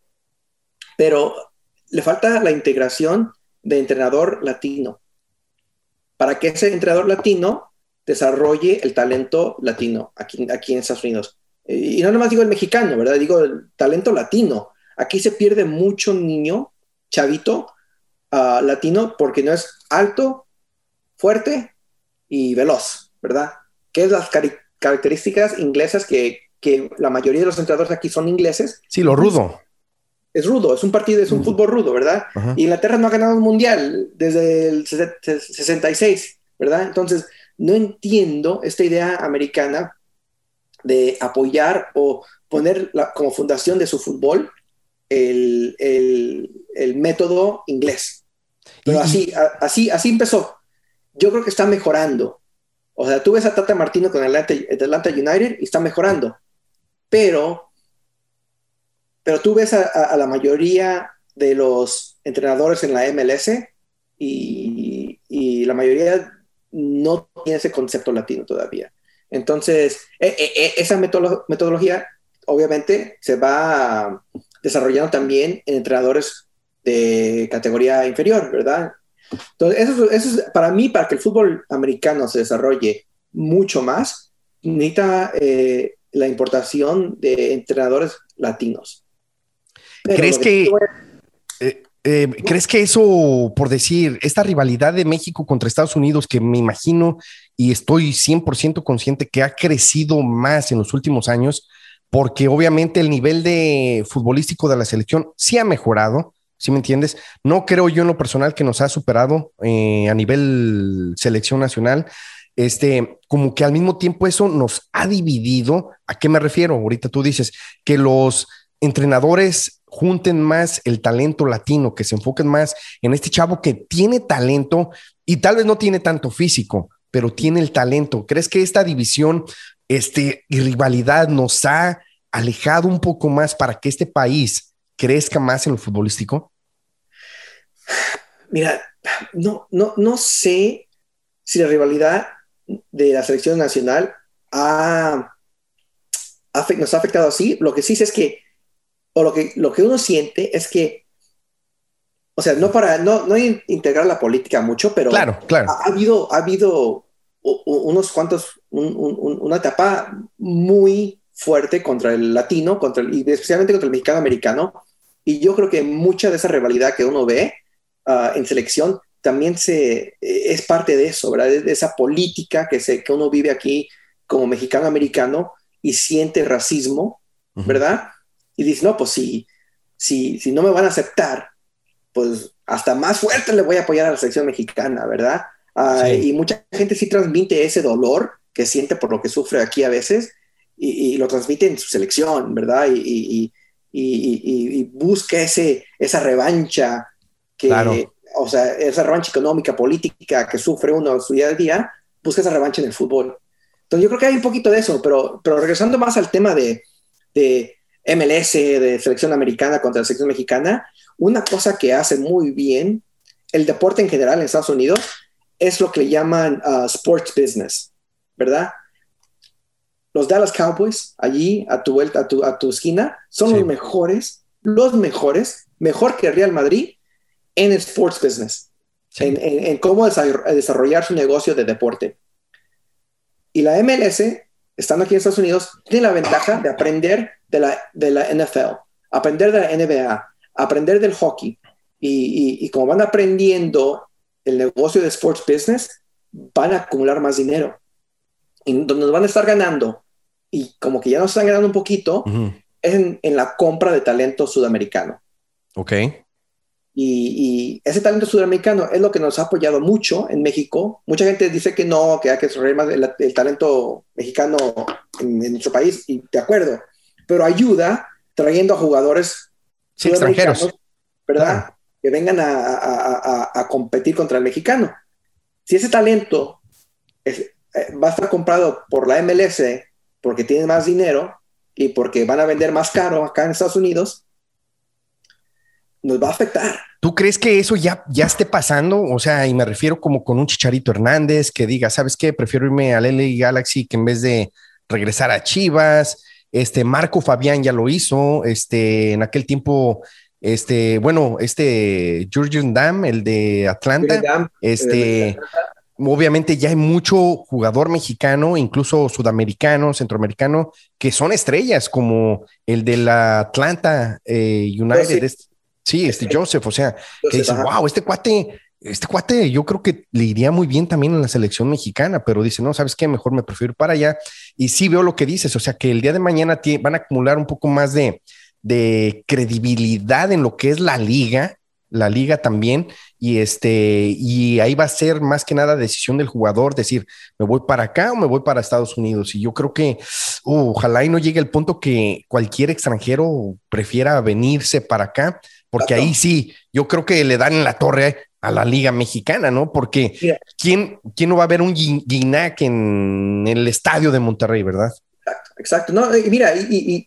Speaker 2: Pero le falta la integración de entrenador latino. Para que ese entrenador latino desarrolle el talento latino aquí en Estados Unidos. Y no nomás digo el mexicano, ¿verdad? Digo el talento latino. Aquí se pierde mucho niño, chavito, latino, porque no es alto, fuerte y veloz, ¿verdad? Que es las características inglesas que la mayoría de los entrenadores aquí son ingleses.
Speaker 1: Sí, lo rudo.
Speaker 2: Es rudo, es un fútbol rudo, ¿verdad? Uh-huh. Y Inglaterra no ha ganado un mundial desde el 66, ¿verdad? Entonces, no entiendo esta idea americana de apoyar o poner como fundación de su fútbol el método inglés. Pero así empezó. Yo creo que está mejorando. O sea, tú ves a Tata Martino con el Atlanta United y está mejorando. Pero tú ves a la mayoría de los entrenadores en la MLS y la mayoría no tiene ese concepto latino todavía. Entonces, esa metodología obviamente se va desarrollando también en entrenadores de categoría inferior, ¿verdad? Entonces, eso es para mí, para que el fútbol americano se desarrolle mucho más, necesita la importación de entrenadores latinos.
Speaker 1: Pero ¿crees que eso, por decir, esta rivalidad de México contra Estados Unidos, que me imagino y estoy 100% consciente que ha crecido más en los últimos años, porque obviamente el nivel de futbolístico de la selección sí ha mejorado, ¿sí me entiendes? No creo yo en lo personal que nos ha superado a nivel selección nacional, como que al mismo tiempo eso nos ha dividido. ¿A qué me refiero? Ahorita tú dices que los entrenadores junten más el talento latino, que se enfoquen más en este chavo que tiene talento y tal vez no tiene tanto físico, pero tiene el talento. ¿Crees que esta división y rivalidad nos ha alejado un poco más para que este país crezca más en lo futbolístico?
Speaker 2: Mira, no sé si la rivalidad de la selección nacional nos ha afectado así. Lo que sí es que, o lo que uno siente es que, o sea, no para no integrar la política mucho, pero
Speaker 1: claro.
Speaker 2: Ha habido unos cuantos, una etapa muy fuerte contra el latino, y especialmente contra el mexicano americano, y yo creo que mucha de esa rivalidad que uno ve en selección también es parte de eso, ¿verdad? De esa política que uno vive aquí como mexicano americano y siente racismo, ¿verdad? Y dice, no, pues si no me van a aceptar, pues hasta más fuerte le voy a apoyar a la selección mexicana, ¿verdad? Sí. Y mucha gente sí transmite ese dolor que siente por lo que sufre aquí a veces y lo transmite en su selección, ¿verdad? Y busca esa revancha
Speaker 1: claro.
Speaker 2: O sea, esa revancha económica, política que sufre uno en su día a día, busca esa revancha en el fútbol. Entonces yo creo que hay un poquito de eso, pero regresando más al tema de MLS, de selección americana contra la selección mexicana, una cosa que hace muy bien el deporte en general en Estados Unidos es lo que le llaman sports business, ¿verdad? Los Dallas Cowboys, allí a tu vuelta, a tu esquina, son sí. los mejores, mejor que Real Madrid en el sports business, sí. en cómo desarrollar su negocio de deporte. Y la MLS, estando aquí en Estados Unidos, tiene la ventaja de aprender de la NFL, aprender de la NBA, aprender del hockey. Y como van aprendiendo el negocio de sports business, van a acumular más dinero. Y donde nos van a estar ganando, y como que ya nos están ganando un poquito, es en la compra de talento sudamericano.
Speaker 1: Ok.
Speaker 2: Y ese talento sudamericano es lo que nos ha apoyado mucho en México. Mucha gente dice que no, que hay que desarrollar más el talento mexicano en nuestro país, y de acuerdo, pero ayuda trayendo a jugadores
Speaker 1: sí, extranjeros,
Speaker 2: ¿verdad?
Speaker 1: Claro.
Speaker 2: Que vengan a competir contra el mexicano. Si ese talento va a estar comprado por la MLS porque tiene más dinero y porque van a vender más caro acá en Estados Unidos, nos va a afectar.
Speaker 1: ¿Tú crees que eso ya esté pasando? O sea, y me refiero como con un Chicharito Hernández que diga, ¿sabes qué? Prefiero irme al LA Galaxy que en vez de regresar a Chivas. Marco Fabián ya lo hizo. En aquel tiempo, Jurgen Damm, el de Atlanta. Obviamente ya hay mucho jugador mexicano, incluso sudamericano, centroamericano, que son estrellas, como el de la Atlanta United. Sí, Joseph, o sea, que dices, wow, este cuate, yo creo que le iría muy bien también en la selección mexicana, pero dice, no, ¿sabes qué? Mejor me prefiero ir para allá. Y sí veo lo que dices, o sea, que el día de mañana van a acumular un poco más de credibilidad en lo que es la liga, la liga también, y ahí va a ser más que nada decisión del jugador, decir, ¿me voy para acá o me voy para Estados Unidos? Y yo creo que ojalá y no llegue el punto que cualquier extranjero prefiera venirse para acá, porque ahí sí, yo creo que le dan en la torre a la Liga Mexicana, ¿no? Porque
Speaker 2: Mira,
Speaker 1: ¿quién no va a ver un Guinac en el estadio de Monterrey, verdad?
Speaker 2: exacto. No, y mira,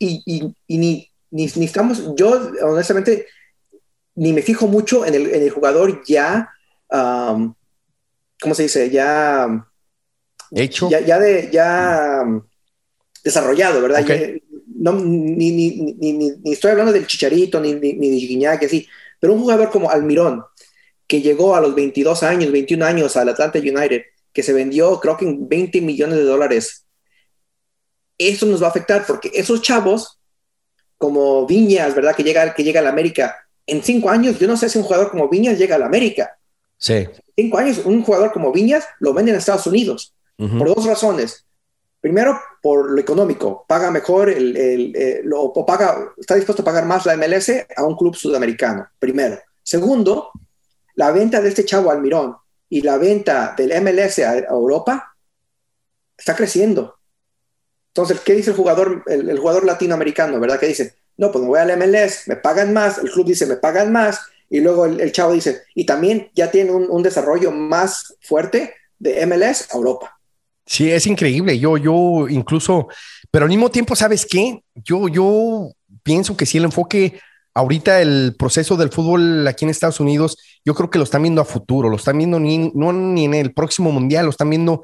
Speaker 2: ni estamos, yo honestamente ni me fijo mucho en el jugador ya, ¿cómo se dice?
Speaker 1: Hecho.
Speaker 2: Ya desarrollado, ¿verdad?
Speaker 1: Ok.
Speaker 2: No, ni estoy hablando del Chicharito, ni de Gignac, así, pero un jugador como Almirón, que llegó a los 22 años, 21 años al Atlanta United, que se vendió creo que en $20 millones, eso nos va a afectar porque esos chavos, como Viñas, ¿verdad? Que llega a la América, en 5 años, yo no sé si un jugador como Viñas llega a la América.
Speaker 1: Sí.
Speaker 2: 5 años, un jugador como Viñas lo venden en Estados Unidos, por dos razones. Primero, por lo económico, paga mejor, está dispuesto a pagar más la MLS a un club sudamericano, primero. Segundo, la venta de este chavo Almirón y la venta del MLS a Europa está creciendo. Entonces, ¿qué dice el jugador latinoamericano, verdad? Que dice, no, pues me voy al MLS, me pagan más, el club dice, me pagan más, y luego el chavo dice, y también ya tiene un desarrollo más fuerte de MLS a Europa.
Speaker 1: Sí, es increíble. Yo incluso, pero al mismo tiempo, ¿sabes qué? Yo pienso que sí, el enfoque ahorita, el proceso del fútbol aquí en Estados Unidos, yo creo que lo están viendo a futuro, lo están viendo no ni en el próximo mundial, lo están viendo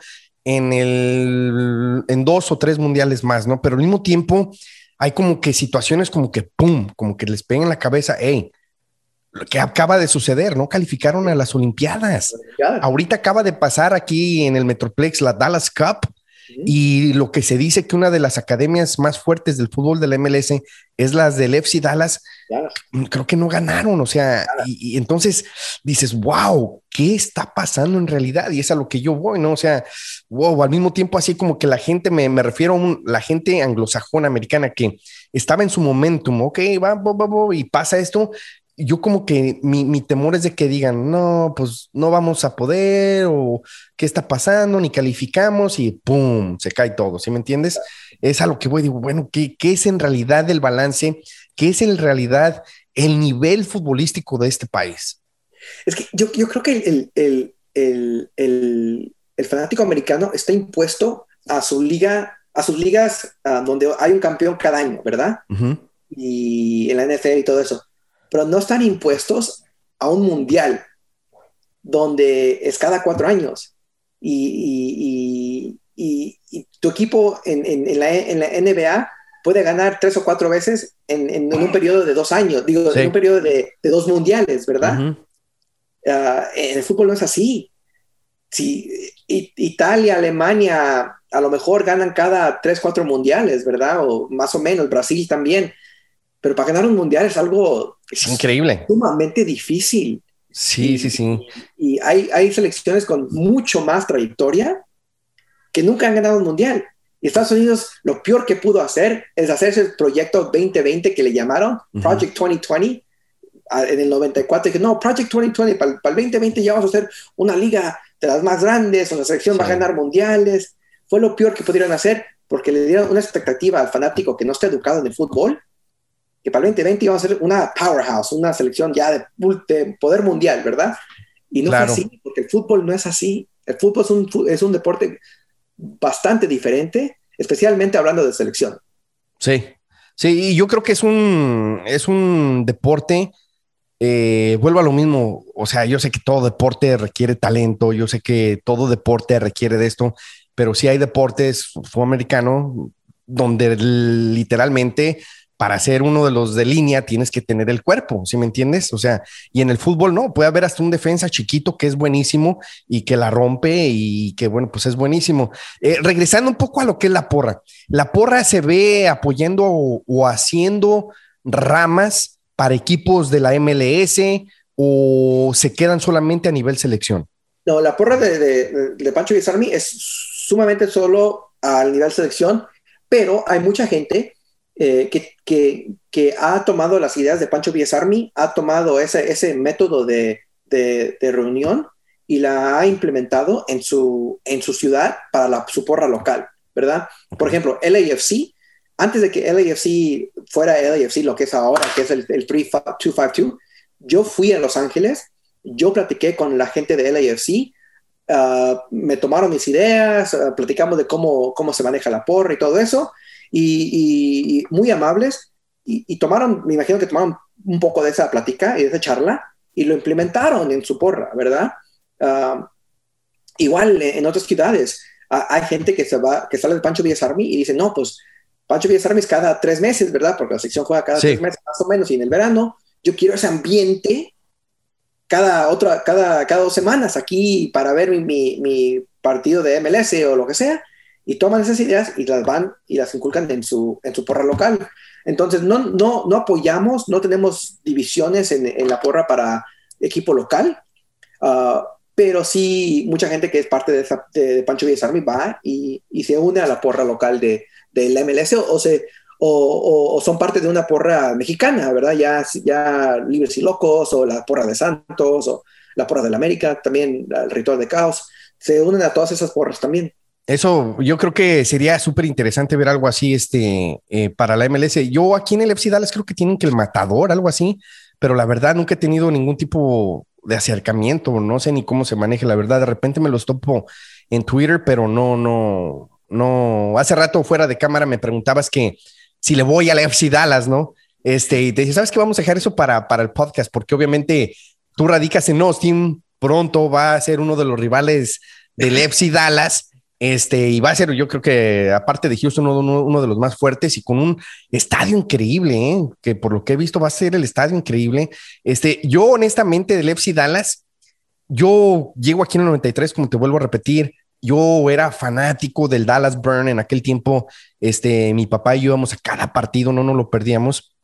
Speaker 1: en 2 o 3 mundiales más, ¿no? Pero al mismo tiempo hay como que situaciones como que, ¡pum!, como que les pegan en la cabeza, hey, lo que acaba de suceder, ¿no? Calificaron a las Olimpiadas.
Speaker 2: Ya.
Speaker 1: Ahorita acaba de pasar aquí en el Metroplex la Dallas Cup y lo que se dice que una de las academias más fuertes del fútbol de la MLS es las del FC Dallas.
Speaker 2: Ya.
Speaker 1: Creo que no ganaron, o sea, y entonces dices, wow, ¿qué está pasando en realidad? Y es a lo que yo voy, ¿no? O sea, wow, al mismo tiempo así como que la gente, me refiero a la gente anglosajona americana que estaba en su momentum, ok, va, y pasa esto, yo como que mi temor es de que digan, no, pues no vamos a poder, o qué está pasando, ni calificamos, y pum, se cae todo, ¿sí me entiendes? Es a lo que voy, digo, bueno, ¿qué es en realidad el balance? ¿Qué es en realidad el nivel futbolístico de este país?
Speaker 2: Es que yo creo que el fanático americano está impuesto a su liga, a sus ligas donde hay un campeón cada año, ¿verdad?
Speaker 1: Ujú.
Speaker 2: Y en la NFL y todo eso. Pero no están impuestos a un mundial donde es cada 4 años. Y tu equipo en la NBA puede ganar 3 o 4 veces en un periodo de 2 años, digo, en un
Speaker 1: Sí.
Speaker 2: periodo de 2 mundiales, ¿verdad?
Speaker 1: Ujú.
Speaker 2: En el fútbol no es así. Si Italia, Alemania, a lo mejor ganan cada 3, 4 mundiales, ¿verdad? O más o menos, Brasil también. Pero para ganar un mundial es algo
Speaker 1: Es increíble.
Speaker 2: sumamente difícil.
Speaker 1: Sí, sí,
Speaker 2: Y,
Speaker 1: sí.
Speaker 2: y hay selecciones con mucho más trayectoria que nunca han ganado un mundial. Y Estados Unidos lo peor que pudo hacer es hacerse el proyecto 2020 que le llamaron
Speaker 1: Ujú.
Speaker 2: Project 2020 en el 94. Dije, no, Project 2020, para el 2020 ya vamos a hacer una liga de las más grandes, una selección va a
Speaker 1: Sí.
Speaker 2: ganar mundiales. Fue lo peor que pudieron hacer porque le dieron una expectativa al fanático que no está educado en el fútbol, que para el 2020 íbamos a ser una powerhouse, una selección ya de poder mundial, ¿verdad? Y no fue
Speaker 1: Claro.
Speaker 2: así, porque el fútbol no es así. El fútbol es un deporte bastante diferente, especialmente hablando de selección.
Speaker 1: Sí. Sí, y yo creo que es un deporte. Vuelvo a lo mismo, o sea, yo sé que todo deporte requiere talento, yo sé que todo deporte requiere de esto, pero sí hay deportes, fútbol americano, donde literalmente para ser uno de los de línea tienes que tener el cuerpo, ¿sí me entiendes? O sea, y en el fútbol no, puede haber hasta un defensa chiquito que es buenísimo y que la rompe y que, bueno, pues es buenísimo. Regresando un poco a lo que es la porra se ve apoyando o haciendo ramas para equipos de la MLS o se quedan solamente a nivel selección?
Speaker 2: No, la porra de Pancho Guisarmi es sumamente solo al nivel selección, pero hay mucha gente que ha tomado las ideas de Pancho Villas Army, ha tomado ese método de reunión y la ha implementado en su ciudad para su porra local, ¿verdad? Por ejemplo, LAFC, antes de que LAFC fuera LAFC, lo que es ahora, que es el 252, yo fui a Los Ángeles, yo platiqué con la gente de LAFC, me tomaron mis ideas, platicamos de cómo se maneja la porra y todo eso, y muy amables, y tomaron, me imagino que tomaron un poco de esa plática y de esa charla, y lo implementaron en su porra, ¿verdad? Uh, Igual en otras ciudades hay gente que sale de Pancho Villas Army y dice, no, pues Pancho Villas Army es cada 3 meses, ¿verdad? Porque la sección juega cada 3 meses más o menos, y en el verano yo quiero ese ambiente cada 2 semanas aquí para ver mi partido de MLS o lo que sea, y toman esas ideas y las van y las inculcan en su porra local. Entonces no apoyamos, no tenemos divisiones en la porra para equipo local, pero sí mucha gente que es parte de Pancho Villas Army va y se une a la porra local la MLS, o son parte de una porra mexicana, ¿verdad? Ya Libres y Locos, o la porra de Santos, o la porra del América, también el Ritual de Caos, se unen a todas esas porras también.
Speaker 1: Eso yo creo que sería súper interesante ver algo así para la MLS. Yo aquí en el FC Dallas creo que tienen que el Matador, algo así, pero la verdad nunca he tenido ningún tipo de acercamiento, no sé ni cómo se maneja, la verdad, de repente me los topo en Twitter, pero no. Hace rato fuera de cámara me preguntabas que si le voy a la FC Dallas, ¿no? Y te dije, ¿sabes qué? Vamos a dejar eso para el podcast, porque obviamente tú radicas en Austin, pronto va a ser uno de los rivales del FC Dallas. Y va a ser, yo creo que aparte de Houston, uno de los más fuertes y con un estadio increíble, que por lo que he visto va a ser el estadio increíble. Yo honestamente del FC Dallas, yo llego aquí en el 93, como te vuelvo a repetir, yo era fanático del Dallas Burn en aquel tiempo. Mi papá y yo íbamos a cada partido, no nos lo perdíamos.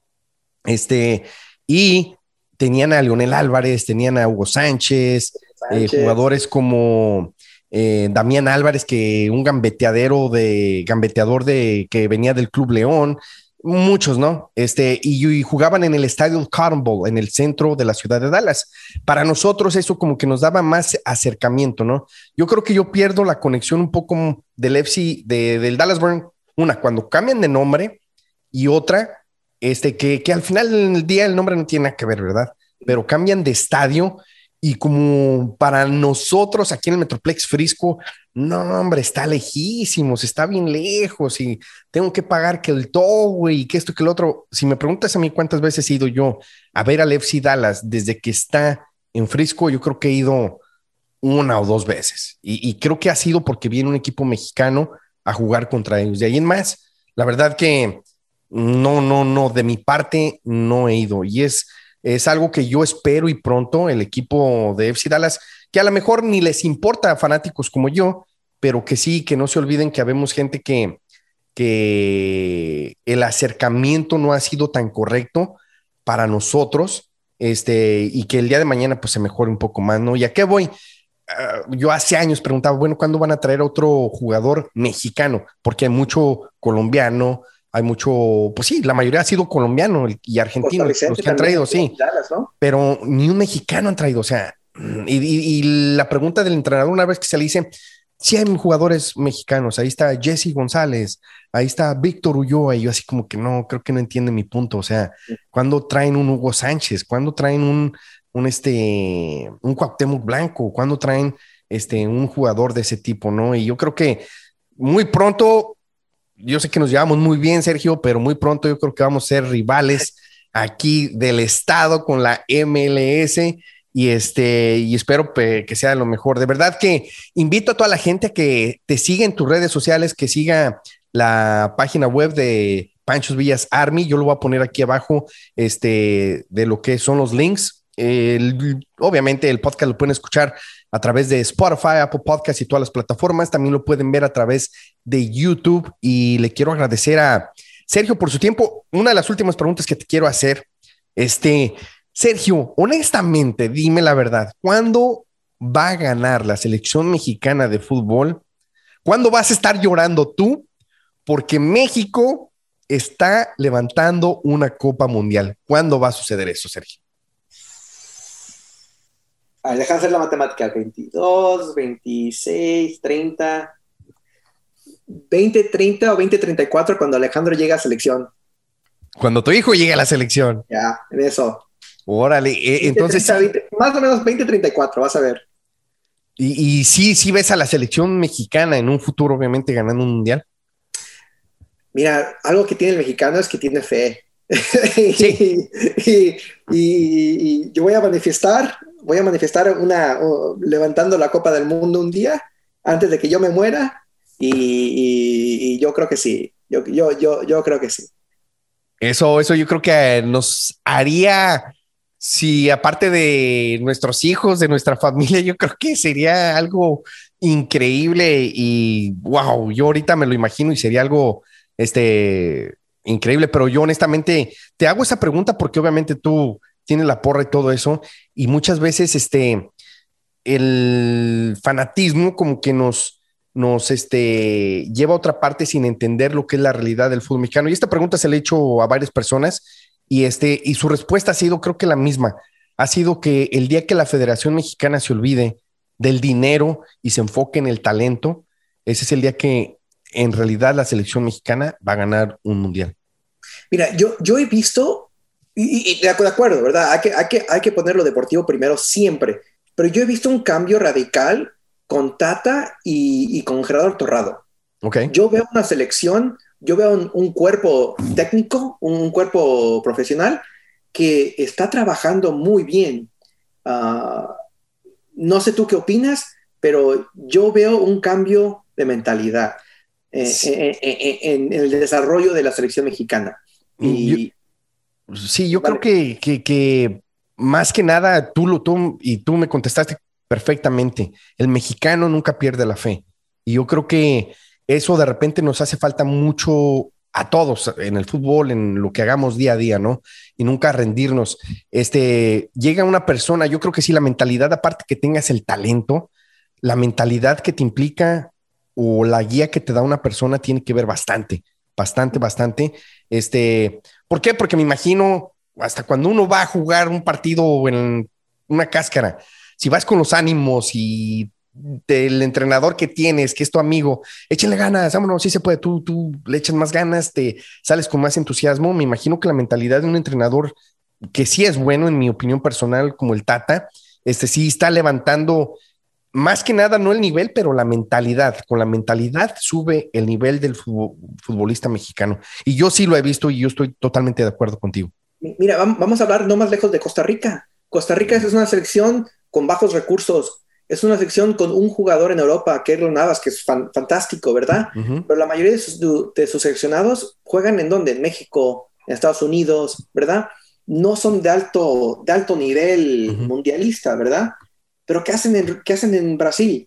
Speaker 1: Y tenían a Leonel Álvarez, tenían a Hugo Sánchez. Jugadores como Damián Álvarez, que un gambeteador que venía del Club León, muchos, ¿no? Y jugaban en el estadio Cotton Bowl, en el centro de la ciudad de Dallas. Para nosotros eso como que nos daba más acercamiento, ¿no? Yo creo que yo pierdo la conexión un poco del FC, del Dallas Burn, cuando cambian de nombre, y otra, que al final del día el nombre no tiene nada que ver, ¿verdad? Pero cambian de estadio. Y como para nosotros aquí en el Metroplex Frisco, no, hombre, está lejísimos, está bien lejos y tengo que pagar que el tow y que esto, que el otro. Si me preguntas a mí cuántas veces he ido yo a ver al FC Dallas desde que está en Frisco, yo creo que he ido 1 o 2 veces. Y creo que ha sido porque viene un equipo mexicano a jugar contra ellos. De ahí en más, la verdad que no, de mi parte no he ido. Y es algo que yo espero y pronto el equipo de FC Dallas, que a lo mejor ni les importa a fanáticos como yo, pero que sí, que no se olviden que habemos gente que el acercamiento no ha sido tan correcto para nosotros, y que el día de mañana pues se mejore un poco más, ¿no? ¿Y a qué voy? Yo hace años preguntaba, bueno, ¿cuándo van a traer a otro jugador mexicano? Porque hay mucho colombiano, hay mucho, pues sí, la mayoría ha sido colombiano y argentino, los que han traído, sí,
Speaker 2: Dallas, ¿no?
Speaker 1: pero ni un mexicano han traído, o sea, y la pregunta del entrenador una vez que se le dice, sí hay jugadores mexicanos, ahí está Jesse González, ahí está Víctor Ulloa, y yo así como que no, creo que no entiende mi punto, o sea, ¿cuándo traen un Hugo Sánchez? ¿Cuándo traen un Cuauhtémoc Blanco? ¿Cuándo traen un jugador de ese tipo, no? Y yo creo que muy pronto, yo sé que nos llevamos muy bien, Sergio, pero muy pronto yo creo que vamos a ser rivales aquí del estado con la MLS, y espero que sea lo mejor. De verdad que invito a toda la gente a que te siga en tus redes sociales, que siga la página web de Panchos Villas Army. Yo lo voy a poner aquí abajo, de lo que son los links. Obviamente el podcast lo pueden escuchar a través de Spotify, Apple Podcasts y todas las plataformas. También lo pueden ver a través de YouTube, y le quiero agradecer a Sergio por su tiempo. Una de las últimas preguntas que te quiero hacer, Sergio, honestamente, dime la verdad, ¿cuándo va a ganar la selección mexicana de fútbol? ¿Cuándo vas a estar llorando tú? Porque México está levantando una Copa Mundial. ¿Cuándo va a suceder eso, Sergio?
Speaker 2: A ver, déjame hacer la matemática. 22, 26, 30, 2030 o 2034 cuando Alejandro llega a selección.
Speaker 1: Cuando tu hijo llegue a la selección.
Speaker 2: Ya, en eso.
Speaker 1: Órale, 20, entonces...
Speaker 2: 30, 20, más o menos 2034, vas a ver.
Speaker 1: Y sí ves a la selección mexicana en un futuro, obviamente, ganando un mundial.
Speaker 2: Mira, algo que tiene el mexicano es que tiene fe.
Speaker 1: Sí.
Speaker 2: y yo voy a manifestar levantando la Copa del Mundo un día antes de que yo me muera y yo creo que sí. Yo creo que sí.
Speaker 1: Eso yo creo que nos haría, si aparte de nuestros hijos, de nuestra familia, yo creo que sería algo increíble y wow, yo ahorita me lo imagino y sería algo increíble, pero yo honestamente te hago esa pregunta porque obviamente tú tienes la porra y todo eso y muchas veces el fanatismo como que nos lleva a otra parte sin entender lo que es la realidad del fútbol mexicano. Y esta pregunta se le he hecho a varias personas y su respuesta ha sido, creo que la misma, ha sido que el día que la Federación Mexicana se olvide del dinero y se enfoque en el talento, ese es el día que en realidad la selección mexicana va a ganar un mundial.
Speaker 2: Mira, yo he visto, y de acuerdo, ¿verdad? Hay que poner lo deportivo primero siempre, pero yo he visto un cambio radical con Tata y con Gerardo Torrado.
Speaker 1: Okay.
Speaker 2: Yo veo una selección, yo veo un cuerpo técnico, un cuerpo profesional que está trabajando muy bien. No sé tú qué opinas, pero yo veo un cambio de mentalidad en el desarrollo de la selección mexicana. Y,
Speaker 1: yo vale. Creo que más que nada tú me contestaste perfectamente. El mexicano nunca pierde la fe. Y yo creo que eso de repente nos hace falta mucho a todos en el fútbol, en lo que hagamos día a día, ¿no? Y nunca rendirnos. Llega una persona, yo creo que sí, la mentalidad, aparte que tengas el talento, la mentalidad que te implica o la guía que te da una persona tiene que ver bastante. ¿Por qué? Porque me imagino hasta cuando uno va a jugar un partido en una cáscara, si vas con los ánimos y del entrenador que tienes, que es tu amigo, échenle ganas, vámonos, sí se puede, tú le echas más ganas, te sales con más entusiasmo. Me imagino que la mentalidad de un entrenador que sí es bueno, en mi opinión personal, como el Tata, sí está levantando más que nada, no el nivel, pero la mentalidad. Con la mentalidad sube el nivel del futbolista mexicano. Y yo sí lo he visto y yo estoy totalmente de acuerdo contigo.
Speaker 2: Mira, vamos a hablar no más lejos de Costa Rica. Costa Rica es una selección con bajos recursos. Es una selección con un jugador en Europa, Keylor Navas, que es fantástico, ¿verdad? Pero la mayoría de sus seleccionados juegan ¿en dónde? En México, en Estados Unidos, ¿verdad? No son de alto nivel mundialista, ¿verdad? Pero ¿qué hacen en Brasil?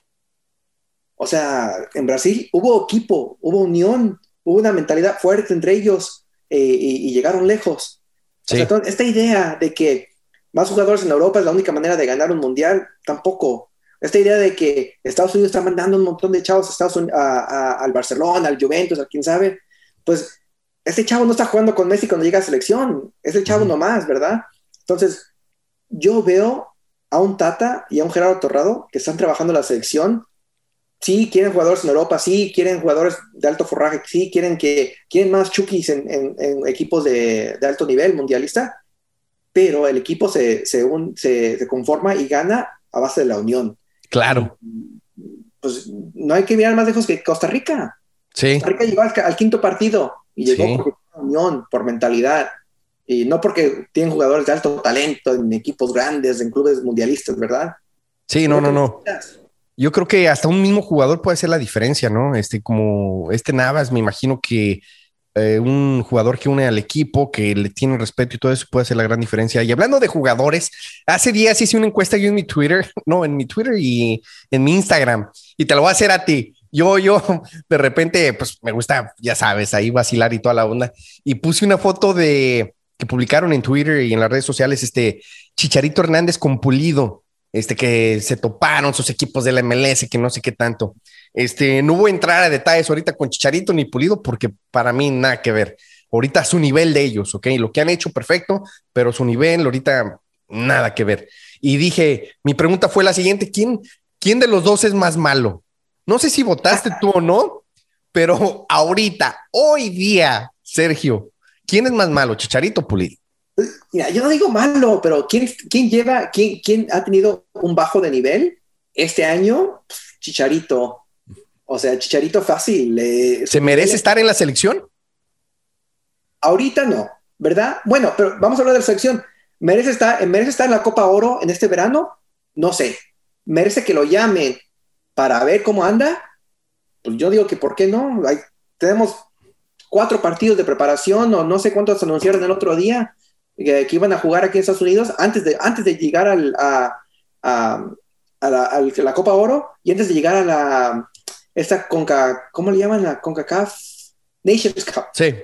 Speaker 2: O sea, en Brasil hubo equipo, hubo unión, hubo una mentalidad fuerte entre ellos y llegaron lejos. Sí. O sea, esta idea de que más jugadores en Europa es la única manera de ganar un mundial, tampoco. Esta idea de que Estados Unidos está mandando un montón de chavos al Barcelona, al Juventus, a quien sabe, pues este chavo no está jugando con Messi cuando llega a selección, es el chavo nomás, ¿verdad? Entonces, yo veo a un Tata y a un Gerardo Torrado que están trabajando en la selección. Sí, quieren jugadores en Europa, sí, quieren jugadores de alto forraje, sí, quieren más chukis en equipos de alto nivel mundialista, pero el equipo se conforma y gana a base de la unión.
Speaker 1: Claro.
Speaker 2: Pues no hay que mirar más lejos que Costa Rica.
Speaker 1: Sí.
Speaker 2: Costa Rica llegó al quinto partido y llegó por unión, por mentalidad, y no porque tienen jugadores de alto talento en equipos grandes, en clubes mundialistas, ¿verdad?
Speaker 1: Sí, no. Yo creo que hasta un mismo jugador puede hacer la diferencia, ¿no? Como Navas, me imagino que un jugador que une al equipo, que le tiene respeto y todo eso puede hacer la gran diferencia. Y hablando de jugadores, hace días hice una encuesta yo en mi Twitter y en mi Instagram, y te lo voy a hacer a ti. Yo de repente, pues me gusta, ya sabes, ahí vacilar y toda la onda, y puse una foto que publicaron en Twitter y en las redes sociales, Chicharito Hernández con Pulido. que se toparon sus equipos de la MLS, que no sé qué tanto. No voy a entrar a detalles ahorita con Chicharito ni Pulido, porque para mí nada que ver. Ahorita su nivel de ellos, ¿ok? Lo que han hecho, perfecto, pero su nivel ahorita nada que ver. Y dije, mi pregunta fue la siguiente, ¿quién de los dos es más malo? No sé si votaste tú o no, pero ahorita, hoy día, Sergio, ¿quién es más malo, Chicharito o Pulido?
Speaker 2: Mira, yo no digo malo, pero ¿quién ha tenido un bajo de nivel este año? Chicharito. O sea, Chicharito fácil.
Speaker 1: ¿Se merece estar en la selección?
Speaker 2: Ahorita no, ¿verdad? Bueno, pero vamos a hablar de la selección. ¿Merece estar en la Copa Oro en este verano? No sé. ¿Merece que lo llamen para ver cómo anda? Pues yo digo que ¿por qué no? Tenemos 4 partidos de preparación o no sé cuántos anunciaron el otro día que iban a jugar aquí en Estados Unidos antes de llegar a la Copa Oro y antes de llegar a ¿cómo le llaman? La CONCACAF Nations Cup.
Speaker 1: Sí.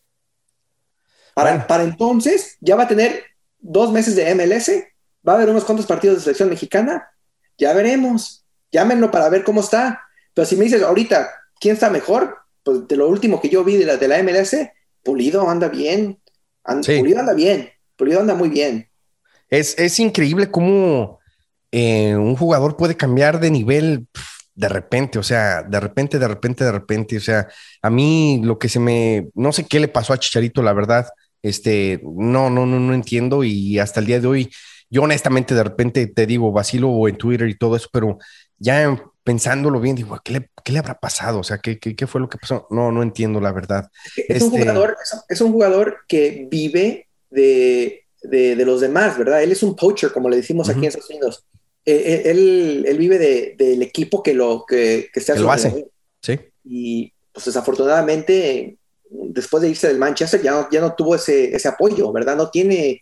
Speaker 2: Para entonces ya va a tener 2 meses de MLS, va a haber unos cuantos partidos de selección mexicana, ya veremos, llámenlo para ver cómo está. Pero si me dices ahorita, ¿quién está mejor? Pues de lo último que yo vi de la MLS, Pulido anda bien,
Speaker 1: sí.
Speaker 2: Pulido anda muy bien.
Speaker 1: Es increíble cómo un jugador puede cambiar de nivel de repente, o sea, de repente, o sea, a mí lo que no sé qué le pasó a Chicharito, la verdad, no entiendo y hasta el día de hoy, yo honestamente de repente te digo, vacilo en Twitter y todo eso, pero ya pensándolo bien, digo, ¿qué le habrá pasado? O sea, ¿qué fue lo que pasó? No entiendo la verdad.
Speaker 2: Es un jugador que vive de los demás, ¿verdad? Él es un poacher, como le decimos aquí en Estados Unidos. Él vive del equipo que está
Speaker 1: que lo hace, sí.
Speaker 2: Y pues desafortunadamente, después de irse del Manchester, ya no tuvo ese apoyo, ¿verdad? No tiene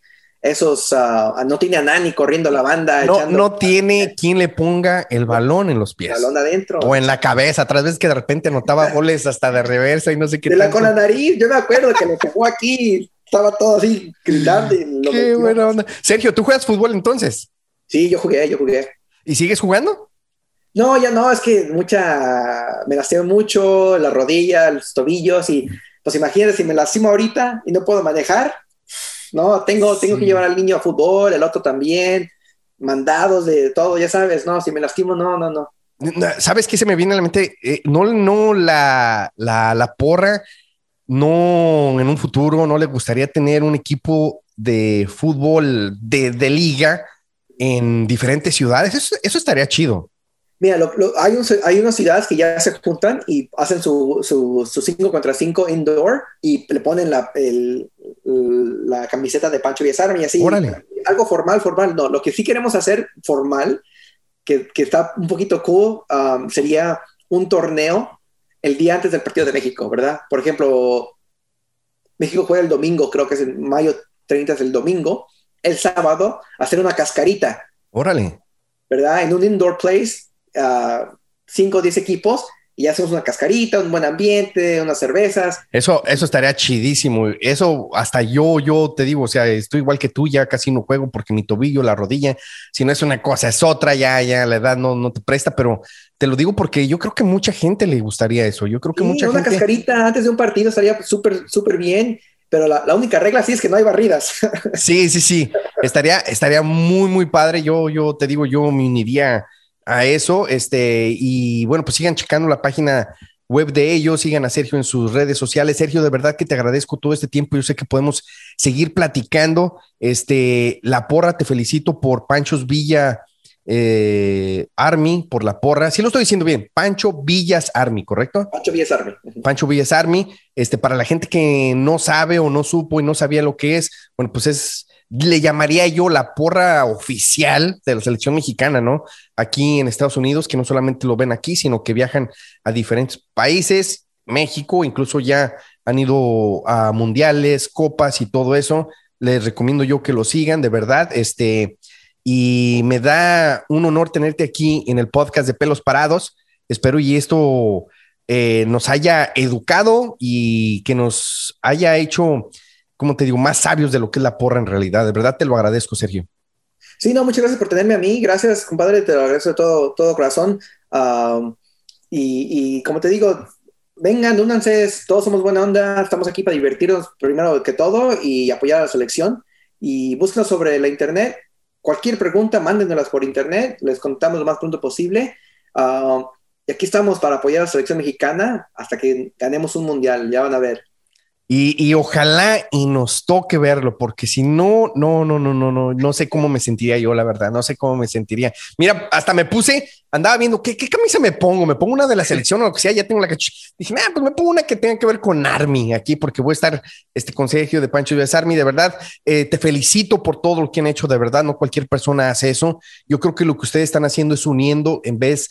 Speaker 2: no tiene a Nani corriendo la banda.
Speaker 1: No tiene quien le ponga el balón en los pies.
Speaker 2: El balón adentro.
Speaker 1: O en la cabeza. Otras veces que de repente anotaba goles hasta de reversa y no sé qué.
Speaker 2: Con la nariz, yo me acuerdo que le pegó aquí, estaba todo así gritando.
Speaker 1: Qué buena onda. Sergio, ¿tú juegas fútbol entonces?
Speaker 2: Sí, yo jugué.
Speaker 1: ¿Y sigues jugando?
Speaker 2: No, ya no, es que me lastimé mucho la rodilla, los tobillos y pues imagínate si me lastimo ahorita y no puedo manejar, no, tengo que llevar al niño a fútbol, el otro también, mandados de todo, ya sabes, no, si me lastimo, no.
Speaker 1: ¿Sabes qué se me viene a la mente? No la porra, no en un futuro, no le gustaría tener un equipo de fútbol de liga en diferentes ciudades. Eso estaría chido.
Speaker 2: Mira, hay unas ciudades que ya se juntan y hacen su 5 contra 5 indoor y le ponen la camiseta de Pancho Villazarmi y así.
Speaker 1: Órale.
Speaker 2: Algo formal, no. Lo que sí queremos hacer formal, que está un poquito cool, sería un torneo el día antes del partido de México, ¿verdad? Por ejemplo, México juega el domingo, creo que es en mayo 30 es el domingo. El sábado, hacer una cascarita.
Speaker 1: Órale.
Speaker 2: ¿Verdad? En un indoor place, 5 o 10 equipos, y hacemos una cascarita, un buen ambiente, unas cervezas.
Speaker 1: Eso estaría chidísimo. Eso hasta yo te digo, o sea, estoy igual que tú, ya casi no juego porque mi tobillo, la rodilla, si no es una cosa, es otra, ya la edad no te presta, pero te lo digo porque yo creo que mucha gente le gustaría eso. Yo creo que mucha
Speaker 2: una
Speaker 1: gente...
Speaker 2: cascarita antes de un partido estaría súper bien, pero la única regla sí es que no hay barridas.
Speaker 1: Sí. Estaría muy padre. Yo te digo, yo me uniría a eso. Y bueno, pues sigan checando la página web de ellos, sigan a Sergio en sus redes sociales. Sergio, de verdad que te agradezco todo este tiempo. Yo sé que podemos seguir platicando. La porra, te felicito por Panchos Villa Army, por la porra. Sí lo estoy diciendo bien, Pancho Villas Army, ¿correcto?
Speaker 2: Pancho Villas Army.
Speaker 1: Pancho Villas Army. Para la gente que no sabe o no supo y no sabía lo que es, bueno, pues le llamaría yo la porra oficial de la selección mexicana, ¿no? Aquí en Estados Unidos, que no solamente lo ven aquí, sino que viajan a diferentes países, México, incluso ya han ido a mundiales, copas y todo eso. Les recomiendo yo que lo sigan, de verdad. Y me da un honor tenerte aquí en el podcast de Pelos Parados. Espero y esto nos haya educado y que nos haya hecho, como te digo, más sabios de lo que es la porra en realidad. De verdad te lo agradezco, Sergio.
Speaker 2: Sí, no, muchas gracias por tenerme a mí. Gracias, compadre, te lo agradezco de todo corazón. Y como te digo, vengan, únanse, todos somos buena onda, estamos aquí para divertirnos primero que todo y apoyar a la selección. Y búsquenos sobre la internet. Cualquier pregunta, mándenoslas por internet, les contamos lo más pronto posible. Y aquí estamos para apoyar a la selección mexicana hasta que ganemos un mundial, ya van a ver.
Speaker 1: Y ojalá y nos toque verlo, porque si no, no sé cómo me sentiría yo, la verdad, no sé cómo me sentiría. Mira, hasta me puse, andaba viendo qué camisa me pongo una de la selección o lo que sea, ya tengo la que dije, pues me pongo una que tenga que ver con Army aquí, porque voy a estar con Sergio de Pancho Villa Army, de verdad, te felicito por todo lo que han hecho, de verdad, no cualquier persona hace eso. Yo creo que lo que ustedes están haciendo es uniendo en vez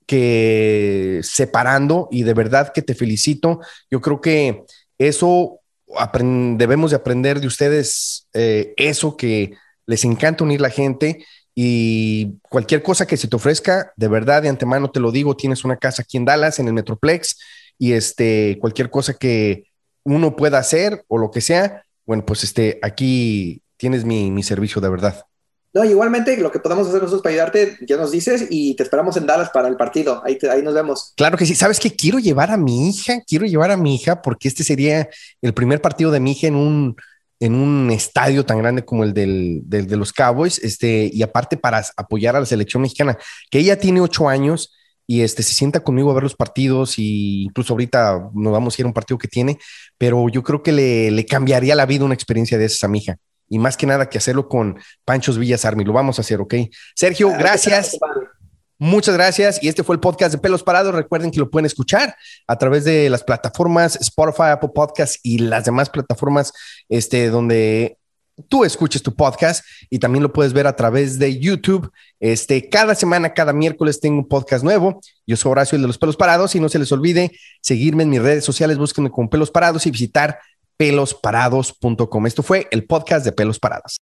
Speaker 1: que separando, y de verdad que te felicito. Yo creo que eso debemos de aprender de ustedes, eso que les encanta unir la gente, y cualquier cosa que se te ofrezca, de verdad, de antemano te lo digo, tienes una casa aquí en Dallas, en el Metroplex, y cualquier cosa que uno pueda hacer o lo que sea, bueno, pues aquí tienes mi servicio, de verdad.
Speaker 2: No, igualmente lo que podamos hacer nosotros para ayudarte, ya nos dices y te esperamos en Dallas para el partido. Ahí nos vemos.
Speaker 1: Claro que sí. ¿Sabes qué? Quiero llevar a mi hija porque este sería el primer partido de mi hija en un estadio tan grande como el de los Cowboys, y aparte para apoyar a la selección mexicana, que ella tiene 8 años y se sienta conmigo a ver los partidos, y incluso ahorita nos vamos a ir a un partido que tiene, pero yo creo que le cambiaría la vida una experiencia de esas a mi hija. Y más que nada que hacerlo con Panchos Villas Army. Lo vamos a hacer, ¿ok? Sergio, gracias. Muchas gracias. Y este fue el podcast de Pelos Parados. Recuerden que lo pueden escuchar a través de las plataformas Spotify, Apple Podcasts y las demás plataformas donde tú escuches tu podcast, y también lo puedes ver a través de YouTube. Cada semana, cada miércoles tengo un podcast nuevo. Yo soy Horacio, el de los Pelos Parados, y no se les olvide seguirme en mis redes sociales, búsquenme con Pelos Parados y visitar pelosparados.com. Esto fue el podcast de Pelos Parados.